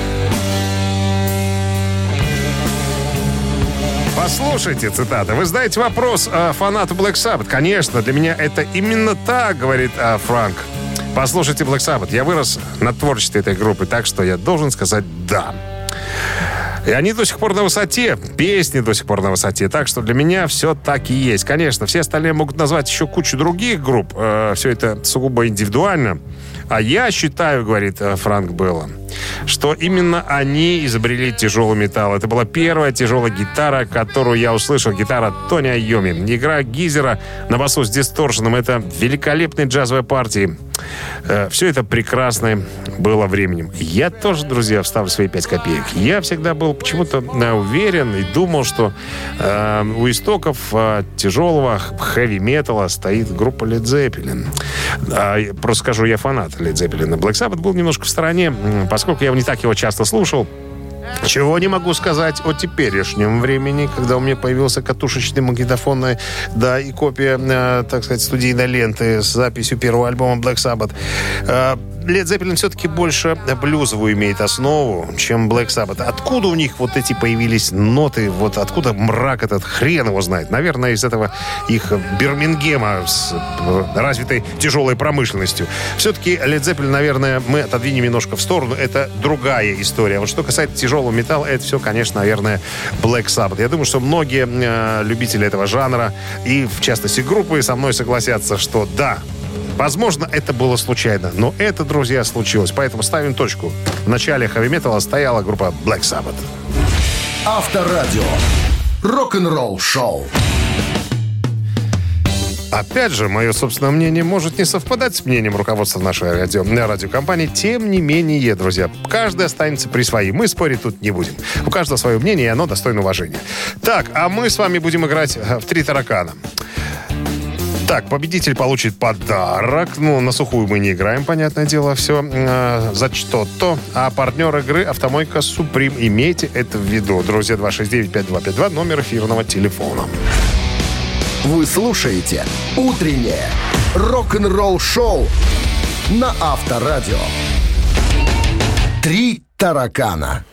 Speaker 4: Послушайте, цитата. Вы знаете вопрос э, фанату Black Sabbath? Конечно, для меня это именно так, говорит э, Франк. Послушайте Black Sabbath. Я вырос на творчестве этой группы, так что я должен сказать «да». И они до сих пор на высоте, песни до сих пор на высоте, так что для меня все так и есть. Конечно, все остальные могут назвать еще кучу других групп, э, все это сугубо индивидуально. А я считаю, говорит Франк Белла, что именно они изобрели тяжелый металл. Это была первая тяжелая гитара, которую я услышал. Гитара Тони Айоми. Игра Гизера на басу с дисторшеном. Это великолепные джазовые партии. Все это прекрасное было временем. Я тоже, друзья, вставлю свои пять копеек. Я всегда был почему-то уверен и думал, что э, у истоков э, тяжелого хэви-металла стоит группа Led Zeppelin. А, просто скажу, я фанат Led Zeppelin. Black Sabbath был немножко в стороне, поскольку я не так его часто слушал. Чего не могу сказать о теперешнем времени, когда у меня появился катушечный магнитофон, да, и копия, э, так сказать, студийной ленты с записью первого альбома Black Sabbath. Э, Led Zeppelin все-таки больше блюзовую имеет основу, чем Black Sabbath. Откуда у них вот эти появились ноты, вот откуда мрак этот, хрен его знает. Наверное, из этого их Бирмингема с развитой тяжелой промышленностью. Все-таки Led Zeppelin, наверное, мы отодвинем немножко в сторону. Это другая история. Вот что касается тяжелого металла, это все, конечно, наверное, Black Sabbath. Я думаю, что многие э, любители этого жанра и, в частности, группы со мной согласятся, что да, возможно, это было случайно, но это, друзья, случилось. Поэтому ставим точку. В начале хэви-металла стояла группа Black Sabbath.
Speaker 1: Авторадио. Рок-н-ролл шоу.
Speaker 4: Опять же, мое собственное мнение может не совпадать с мнением руководства нашей радио, радиокомпании. Тем не менее, друзья, каждый останется при своей. Мы спорить тут не будем. У каждого свое мнение, и оно достойно уважения. Так, а мы с вами будем играть в «Три таракана». Так, победитель получит подарок. Ну, на сухую мы не играем, понятное дело, все э, за что-то. А партнер игры «Автомойка Суприм». Имейте это в виду. Друзья, два шесть девять пять два пять два, номер эфирного телефона.
Speaker 1: Вы слушаете «Утреннее рок-н-ролл-шоу» на Авторадио. «Три таракана».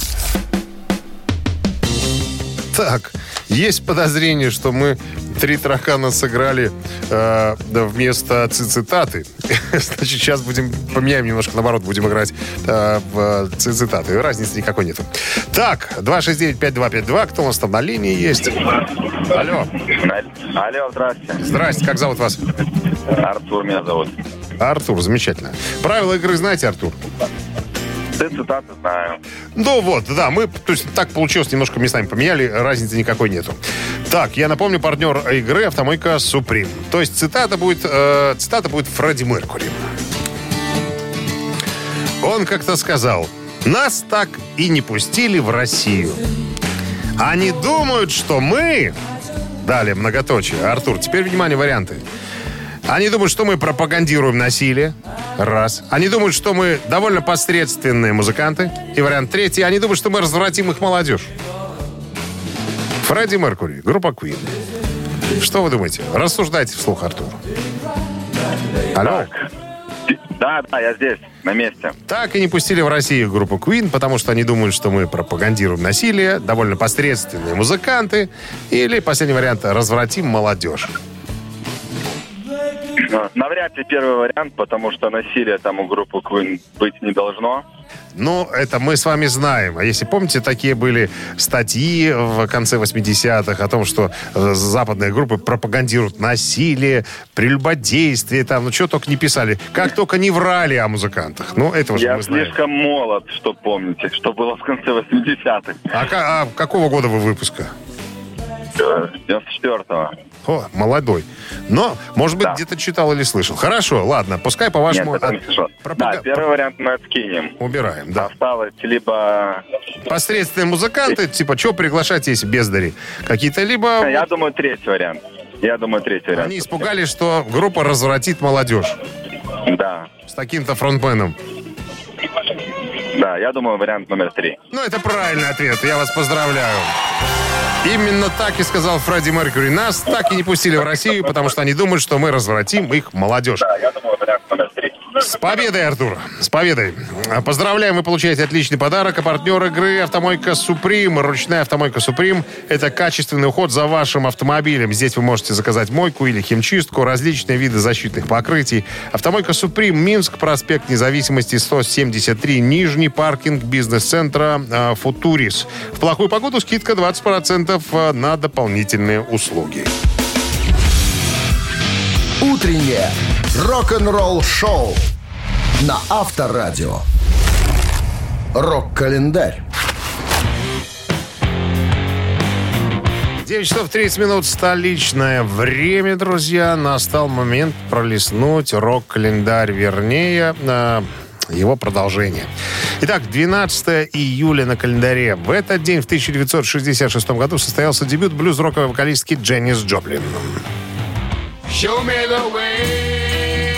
Speaker 4: Так, есть подозрение, что мы «Три таракана» сыграли э, вместо цитаты. Значит, сейчас будем, поменяем немножко, наоборот, будем играть э, в цитаты. Разницы никакой нету. Так, два шесть девять пять два пять два. Кто у нас там на линии есть? Алло.
Speaker 11: Алло, здрасте.
Speaker 4: Здрасте, как зовут вас?
Speaker 11: Артур меня зовут.
Speaker 4: Артур, замечательно. Правила игры знаете, Артур?
Speaker 11: Ты цитаты знаю.
Speaker 4: Ну вот, да, мы, то есть так получилось, немножко местами поменяли, разницы никакой нету. Так, я напомню, партнер игры «Автомойка Суприм». То есть цитата будет, э, цитата будет Фредди Меркьюри. Он как-то сказал: «Нас так и не пустили в Россию. Они думают, что мы...» Далее, многоточие. Артур, теперь, внимание, варианты. Они думают, что мы пропагандируем насилие. Раз. Они думают, что мы довольно посредственные музыканты. И вариант третий. Они думают, что мы развратим их молодежь. Фредди Меркьюри, группа Queen. Что вы думаете? Рассуждайте вслух, Артур. Алло.
Speaker 11: Да, да, я здесь, на месте.
Speaker 4: Так и не пустили в Россию группу Queen, потому что они думают, что мы пропагандируем насилие, довольно посредственные музыканты. Или, последний вариант, развратим молодежь.
Speaker 11: Навряд ли первый вариант, потому что насилия там у группы Queen быть не должно.
Speaker 4: Ну, это мы с вами знаем. А если помните, такие были статьи в конце восьмидесятых о том, что западные группы пропагандируют насилие, прелюбодействие, там, ну, что только не писали. Как только не врали о музыкантах. Ну, этого же
Speaker 11: Я
Speaker 4: мы знаем.
Speaker 11: слишком молод, что помните, что было в конце восьмидесятых.
Speaker 4: А, а какого года вы выпуска?
Speaker 11: девяносто четвёртого.
Speaker 4: О, молодой. Но, может быть,
Speaker 11: Да.
Speaker 4: где-то читал или слышал. Хорошо, ладно, пускай по-вашему...
Speaker 11: Нет, это не
Speaker 4: от-
Speaker 11: слышал.
Speaker 4: пропага-
Speaker 11: Да, первый вариант мы откинем.
Speaker 4: Убираем, да.
Speaker 11: Осталось либо...
Speaker 4: Посредственные музыканты, типа, что приглашать, если бездари? Какие-то, либо...
Speaker 11: Я думаю, третий вариант. Я думаю, третий вариант.
Speaker 4: Они испугались, что группа развратит молодежь
Speaker 11: Да.
Speaker 4: с таким-то фронтменом.
Speaker 11: Да, я думаю, вариант номер три.
Speaker 4: Ну, это правильный ответ, я вас поздравляю. Именно так и сказал Фредди Меркьюри. Нас так и не пустили в Россию, потому что они думают, что мы развратим их молодежь.
Speaker 11: Да, я думаю, вариант номер три.
Speaker 4: С победой, Артур! С победой! Поздравляем, вы получаете отличный подарок. А партнер игры «Автомойка Суприм». Ручная «Автомойка Суприм» — это качественный уход за вашим автомобилем. Здесь вы можете заказать мойку или химчистку, различные виды защитных покрытий. «Автомойка Суприм», Минск, проспект Независимости, сто семьдесят три, Нижний, паркинг бизнес-центра э, «Футурис». В плохую погоду скидка двадцать процентов на дополнительные услуги.
Speaker 1: Утреннее рок-н-ролл-шоу на Авторадио. Рок-календарь.
Speaker 4: девять часов тридцать минут, столичное время, друзья. Настал момент пролистнуть рок-календарь, вернее, э, его продолжение. Итак, двенадцатого июля на календаре. В этот день, в тысяча девятьсот шестьдесят шестом году, состоялся дебют блюз-роковой вокалистки Дженнис Джоплин.
Speaker 7: Show me the way.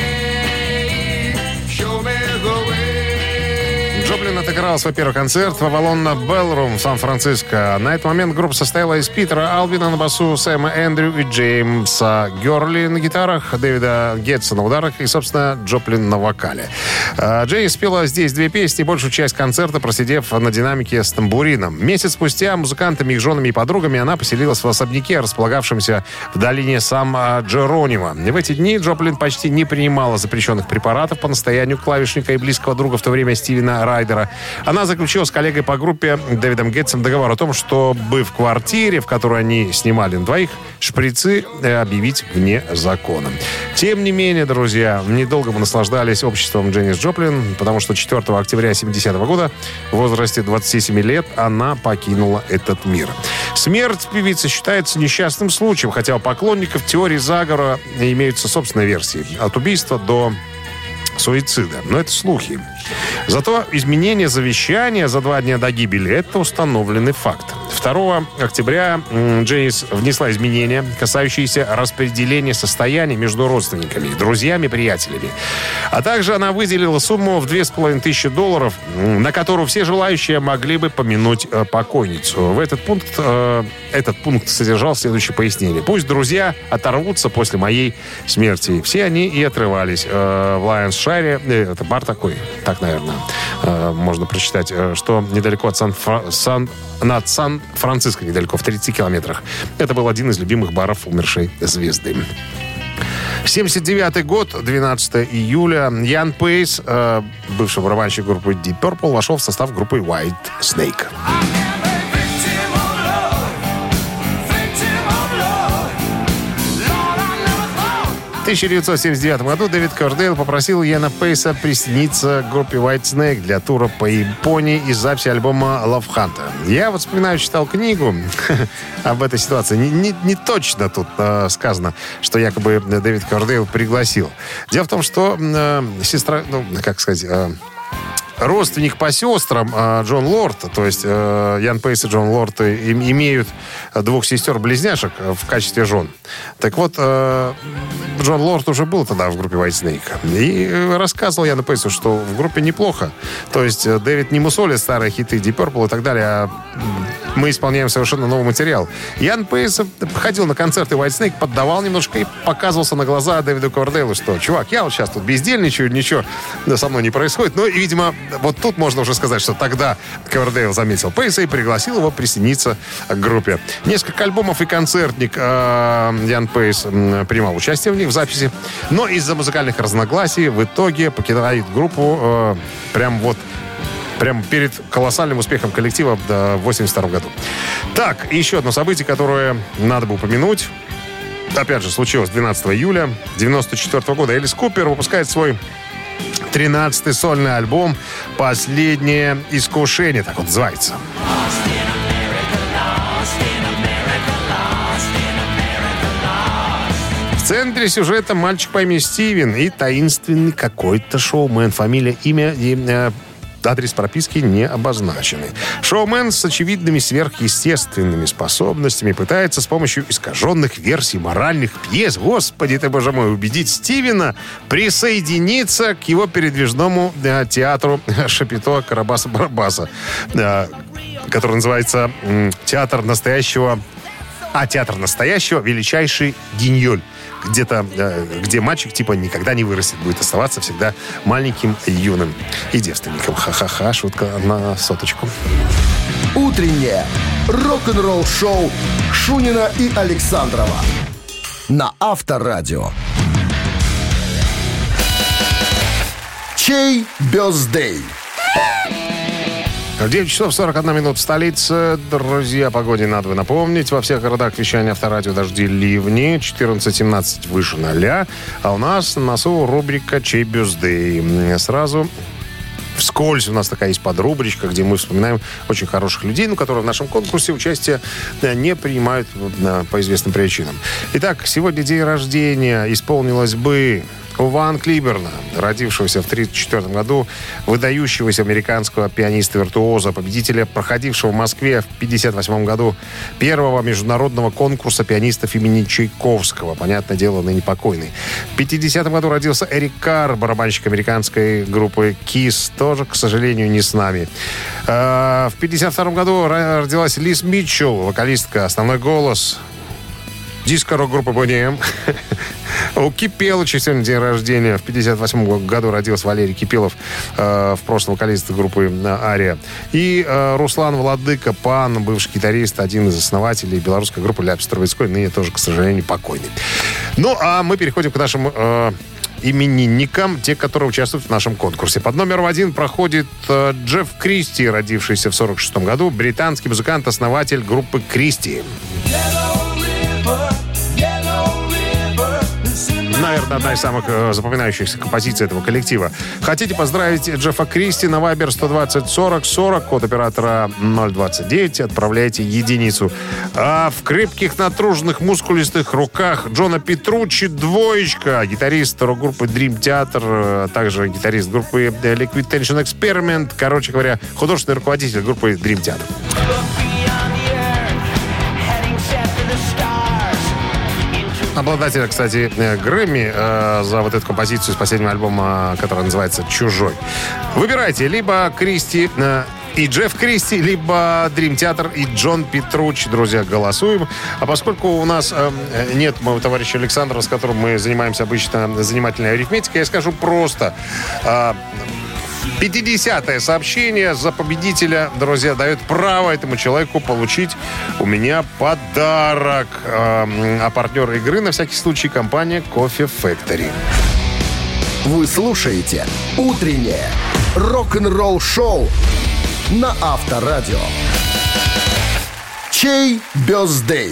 Speaker 7: Show me the way.
Speaker 4: Джоплин отыграл свой первый концерт в Авалонна Беллрум в Сан-Франциско. На этот момент группа состояла из Питера Албина на басу, Сэма Эндрю и Джеймса Герли на гитарах, Дэвида Гетца на ударах и, собственно, Джоплин на вокале. Дженни спела здесь две песни, большую часть концерта просидев на динамике с тамбурином. Месяц спустя музыкантами, их женами и подругами она поселилась в особняке, располагавшемся в долине Сан-Джеронимо. В эти дни Джоплин почти не принимала запрещенных препаратов по настоянию клавишника и близкого друга в то время Стивена Райдера. Она заключила с коллегой по группе Дэвидом Гетцем договор о том, чтобы в квартире, в которой они снимали на двоих, шприцы объявить вне закона. Тем не менее, друзья, недолго мы наслаждались обществом Дженнис Джоплин, потому что четвёртого октября семидесятого года в возрасте двадцати семи лет она покинула этот мир. Смерть певицы считается несчастным случаем, хотя у поклонников теории заговора имеются собственные версии. От убийства до суицида. Но это слухи. Зато изменение завещания за два дня до гибели – это установленный факт. второго октября Дженнис внесла изменения, касающиеся распределения состояния между родственниками, друзьями, приятелями. А также она выделила сумму в две с половиной тысячи долларов, на которую все желающие могли бы помянуть покойницу. В этот пункт, э, этот пункт содержал следующее пояснение. «Пусть друзья оторвутся после моей смерти». Все они и отрывались. Э, в Лайонс-Шайре, э, это бар такой, так, наверное, э, можно прочитать, э, что недалеко от Сан-Фра- Сан- над Сан-Франциско, недалеко, в тридцати километрах. Это был один из любимых баров умершей звезды. семьдесят девятый год, двенадцатого июля, Ян Пейс, э, бывший барабанщик группы Deep Purple, вошел в состав группы White Snake. В тысяча девятьсот семьдесят девятом году Дэвид Ковердейл попросил Яна Пейса присоединиться к группе White Snake для тура по Японии и записи альбома Love Hunt. Я вот вспоминаю, читал книгу об этой ситуации. Не, не, не точно тут э, сказано, что якобы Дэвид Ковердейл пригласил. Дело в том, что э, сестра, ну, как сказать... Э, родственник по сестрам Джон Лорд, то есть Ян Пейс и Джон Лорд имеют двух сестер-близняшек в качестве жен. Так вот, Джон Лорд уже был тогда в группе White Snake. И рассказывал Яну Пейсу, что в группе неплохо. То есть Дэвид не мусолит старые хиты Deep Purple и так далее, а мы исполняем совершенно новый материал. Ян Пейс ходил на концерты White Snake, поддавал немножко и показывался на глаза Дэвиду Ковердейлу, что, чувак, я вот сейчас тут бездельничаю, ничего со мной не происходит. Но, видимо, вот тут можно уже сказать, что тогда Ковердейл заметил Пейса и пригласил его присоединиться к группе. Несколько альбомов и концертник э, Ян Пейс э, принимал участие в них, в записи. Но из-за музыкальных разногласий в итоге покидает группу э, прям вот Прямо перед колоссальным успехом коллектива в восемьдесят втором году. Так, еще одно событие, которое надо бы упомянуть. Опять же, случилось двенадцатого июля девяносто четвёртого года. Элис Купер выпускает свой тринадцатый сольный альбом «Последнее искушение». Так вот называется. центре сюжета мальчик по имени Стивен и таинственный какой-то шоумен. Фамилия, имя и э, адрес прописки не обозначены. Шоумен с очевидными сверхъестественными способностями пытается с помощью искаженных версий моральных пьес, господи ты, боже мой, убедить Стивена присоединиться к его передвижному э, театру Шапито Карабаса-Барабаса, э, который называется э, «Театр настоящего...» А театр настоящего величайший гиньоль. Где-то, э, где мальчик типа никогда не вырастет, будет оставаться всегда маленьким, юным и девственником. Ха-ха-ха, шутка на соточку.
Speaker 1: Утреннее рок-н-ролл-шоу Шунина и Александрова на Авторадио. Чей бёздей?
Speaker 4: девять часов сорок одна минута в столице. Друзья, погоде надо напомнить. Во всех городах вещания Авторадио дожди, ливни. четырнадцать-семнадцать выше ноля. А у нас на носу рубрика «Чей бюздей». Сразу вскользь у нас такая есть подрубричка, где мы вспоминаем очень хороших людей, ну, которые в нашем конкурсе участие не принимают по известным причинам. Итак, сегодня день рождения. Исполнилось бы у Ван Клиберна, родившегося в тысяча девятьсот тридцать четвёртом году, выдающегося американского пианиста-виртуоза, победителя, проходившего в Москве в тысяча девятьсот пятьдесят восьмом году первого международного конкурса пианистов имени Чайковского. Понятное дело, ныне покойный. В пятидесятом году родился Эрик Карр, барабанщик американской группы Kiss, тоже, к сожалению, не с нами. В пятьдесят втором году родилась Лиз Митчелл, вокалистка, основной голос диско-рок-группы Boney M. У Кипелыча сегодня день рождения. В пятьдесят восьмом году родился Валерий Кипелов, э, в прошлом вокалист группы «Ария». И э, Руслан Владыка, пан, бывший гитарист, один из основателей белорусской группы Ляпис Трубецкой, ныне тоже, к сожалению, покойный. Ну, а мы переходим к нашим э, именинникам, те, которые участвуют в нашем конкурсе. Под номером один проходит э, Джефф Кристи, родившийся в сорок шестом году, британский музыкант, основатель группы Кристи. Наверное, одна из самых э, запоминающихся композиций этого коллектива. Хотите поздравить Джеффа Кристи? На Вайбер сто двадцать сорок сорок, код оператора ноль двадцать девять, отправляйте единицу. А в крепких, натруженных, мускулистых руках Джона Петруччи двоечка, гитарист рок-группы Dream Theater, а также гитарист группы Liquid Tension Experiment, короче говоря, художественный руководитель группы Dream Theater. Обладателя, кстати, Грэмми э, за вот эту композицию с последнего альбома, который называется «Чужой». Выбирайте либо Кристи э, и Джефф Кристи, либо Dream Theater и Джон Петруччи. Друзья, голосуем. А поскольку у нас э, нет моего товарища Александра, с которым мы занимаемся обычно занимательной арифметикой, я скажу просто... Э, пятидесятое сообщение за победителя, друзья, дает право этому человеку получить у меня подарок. А партнер игры, на всякий случай, компания Coffee Factory.
Speaker 1: Вы слушаете «Утреннее рок-н-ролл-шоу» на Авторадио. Чей бёздей?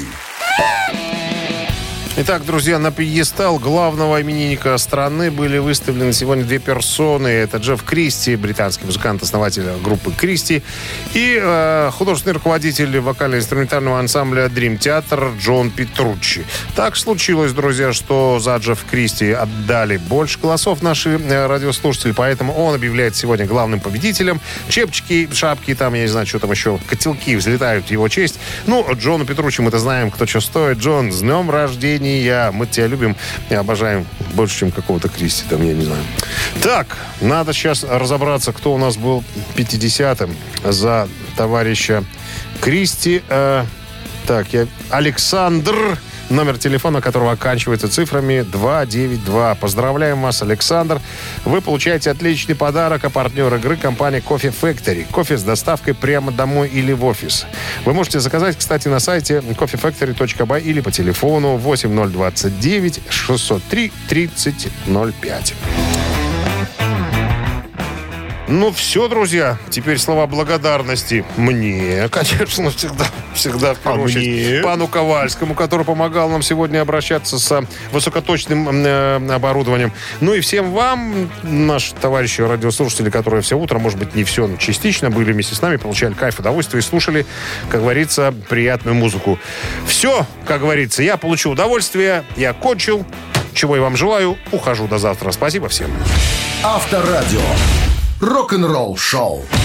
Speaker 4: Итак, друзья, на пьедестал главного именинника страны были выставлены сегодня две персоны. Это Джефф Кристи, британский музыкант, основатель группы Кристи, и э, художественный руководитель вокально-инструментального ансамбля Dream Theater Джон Петруччи. Так случилось, друзья, что за Джефф Кристи отдали больше голосов наши э, радиослушатели, поэтому он объявляет сегодня главным победителем. Чепчики, шапки, там, я не знаю, что там еще, котелки взлетают в его честь. Ну, Джону Петруччи мы-то знаем, кто что стоит. Джон, с днем рождения! Я. Мы тебя любим и обожаем больше, чем какого-то Кристи, там, я не знаю. Так, надо сейчас разобраться, кто у нас был пятидесятым за товарища Кристи. Э, так, я... Александр, номер телефона которого оканчивается цифрами два девять два. Поздравляем вас, Александр. Вы получаете отличный подарок, а партнер игры — компания Coffee Factory. Кофе с доставкой прямо домой или в офис. Вы можете заказать, кстати, на сайте кофе фэктори точка бай или по телефону восемь ноль двадцать девять шестьсот три тридцать ноль пять. Ну все, друзья, теперь слова благодарности мне, конечно, всегда, всегда в первую
Speaker 10: А
Speaker 4: очередь,
Speaker 10: мне?
Speaker 4: пану Ковальскому, который помогал нам сегодня обращаться с высокоточным э, оборудованием. Ну и всем вам, наши товарищи радиослушатели, которые все утро, может быть, не все, но частично были вместе с нами, получали кайф, удовольствие и слушали, как говорится, приятную музыку. Все, как говорится, я получил удовольствие, я кончил. Чего я вам желаю. Ухожу до завтра. Спасибо всем.
Speaker 1: Авторадио. Рок-н-ролл шоу.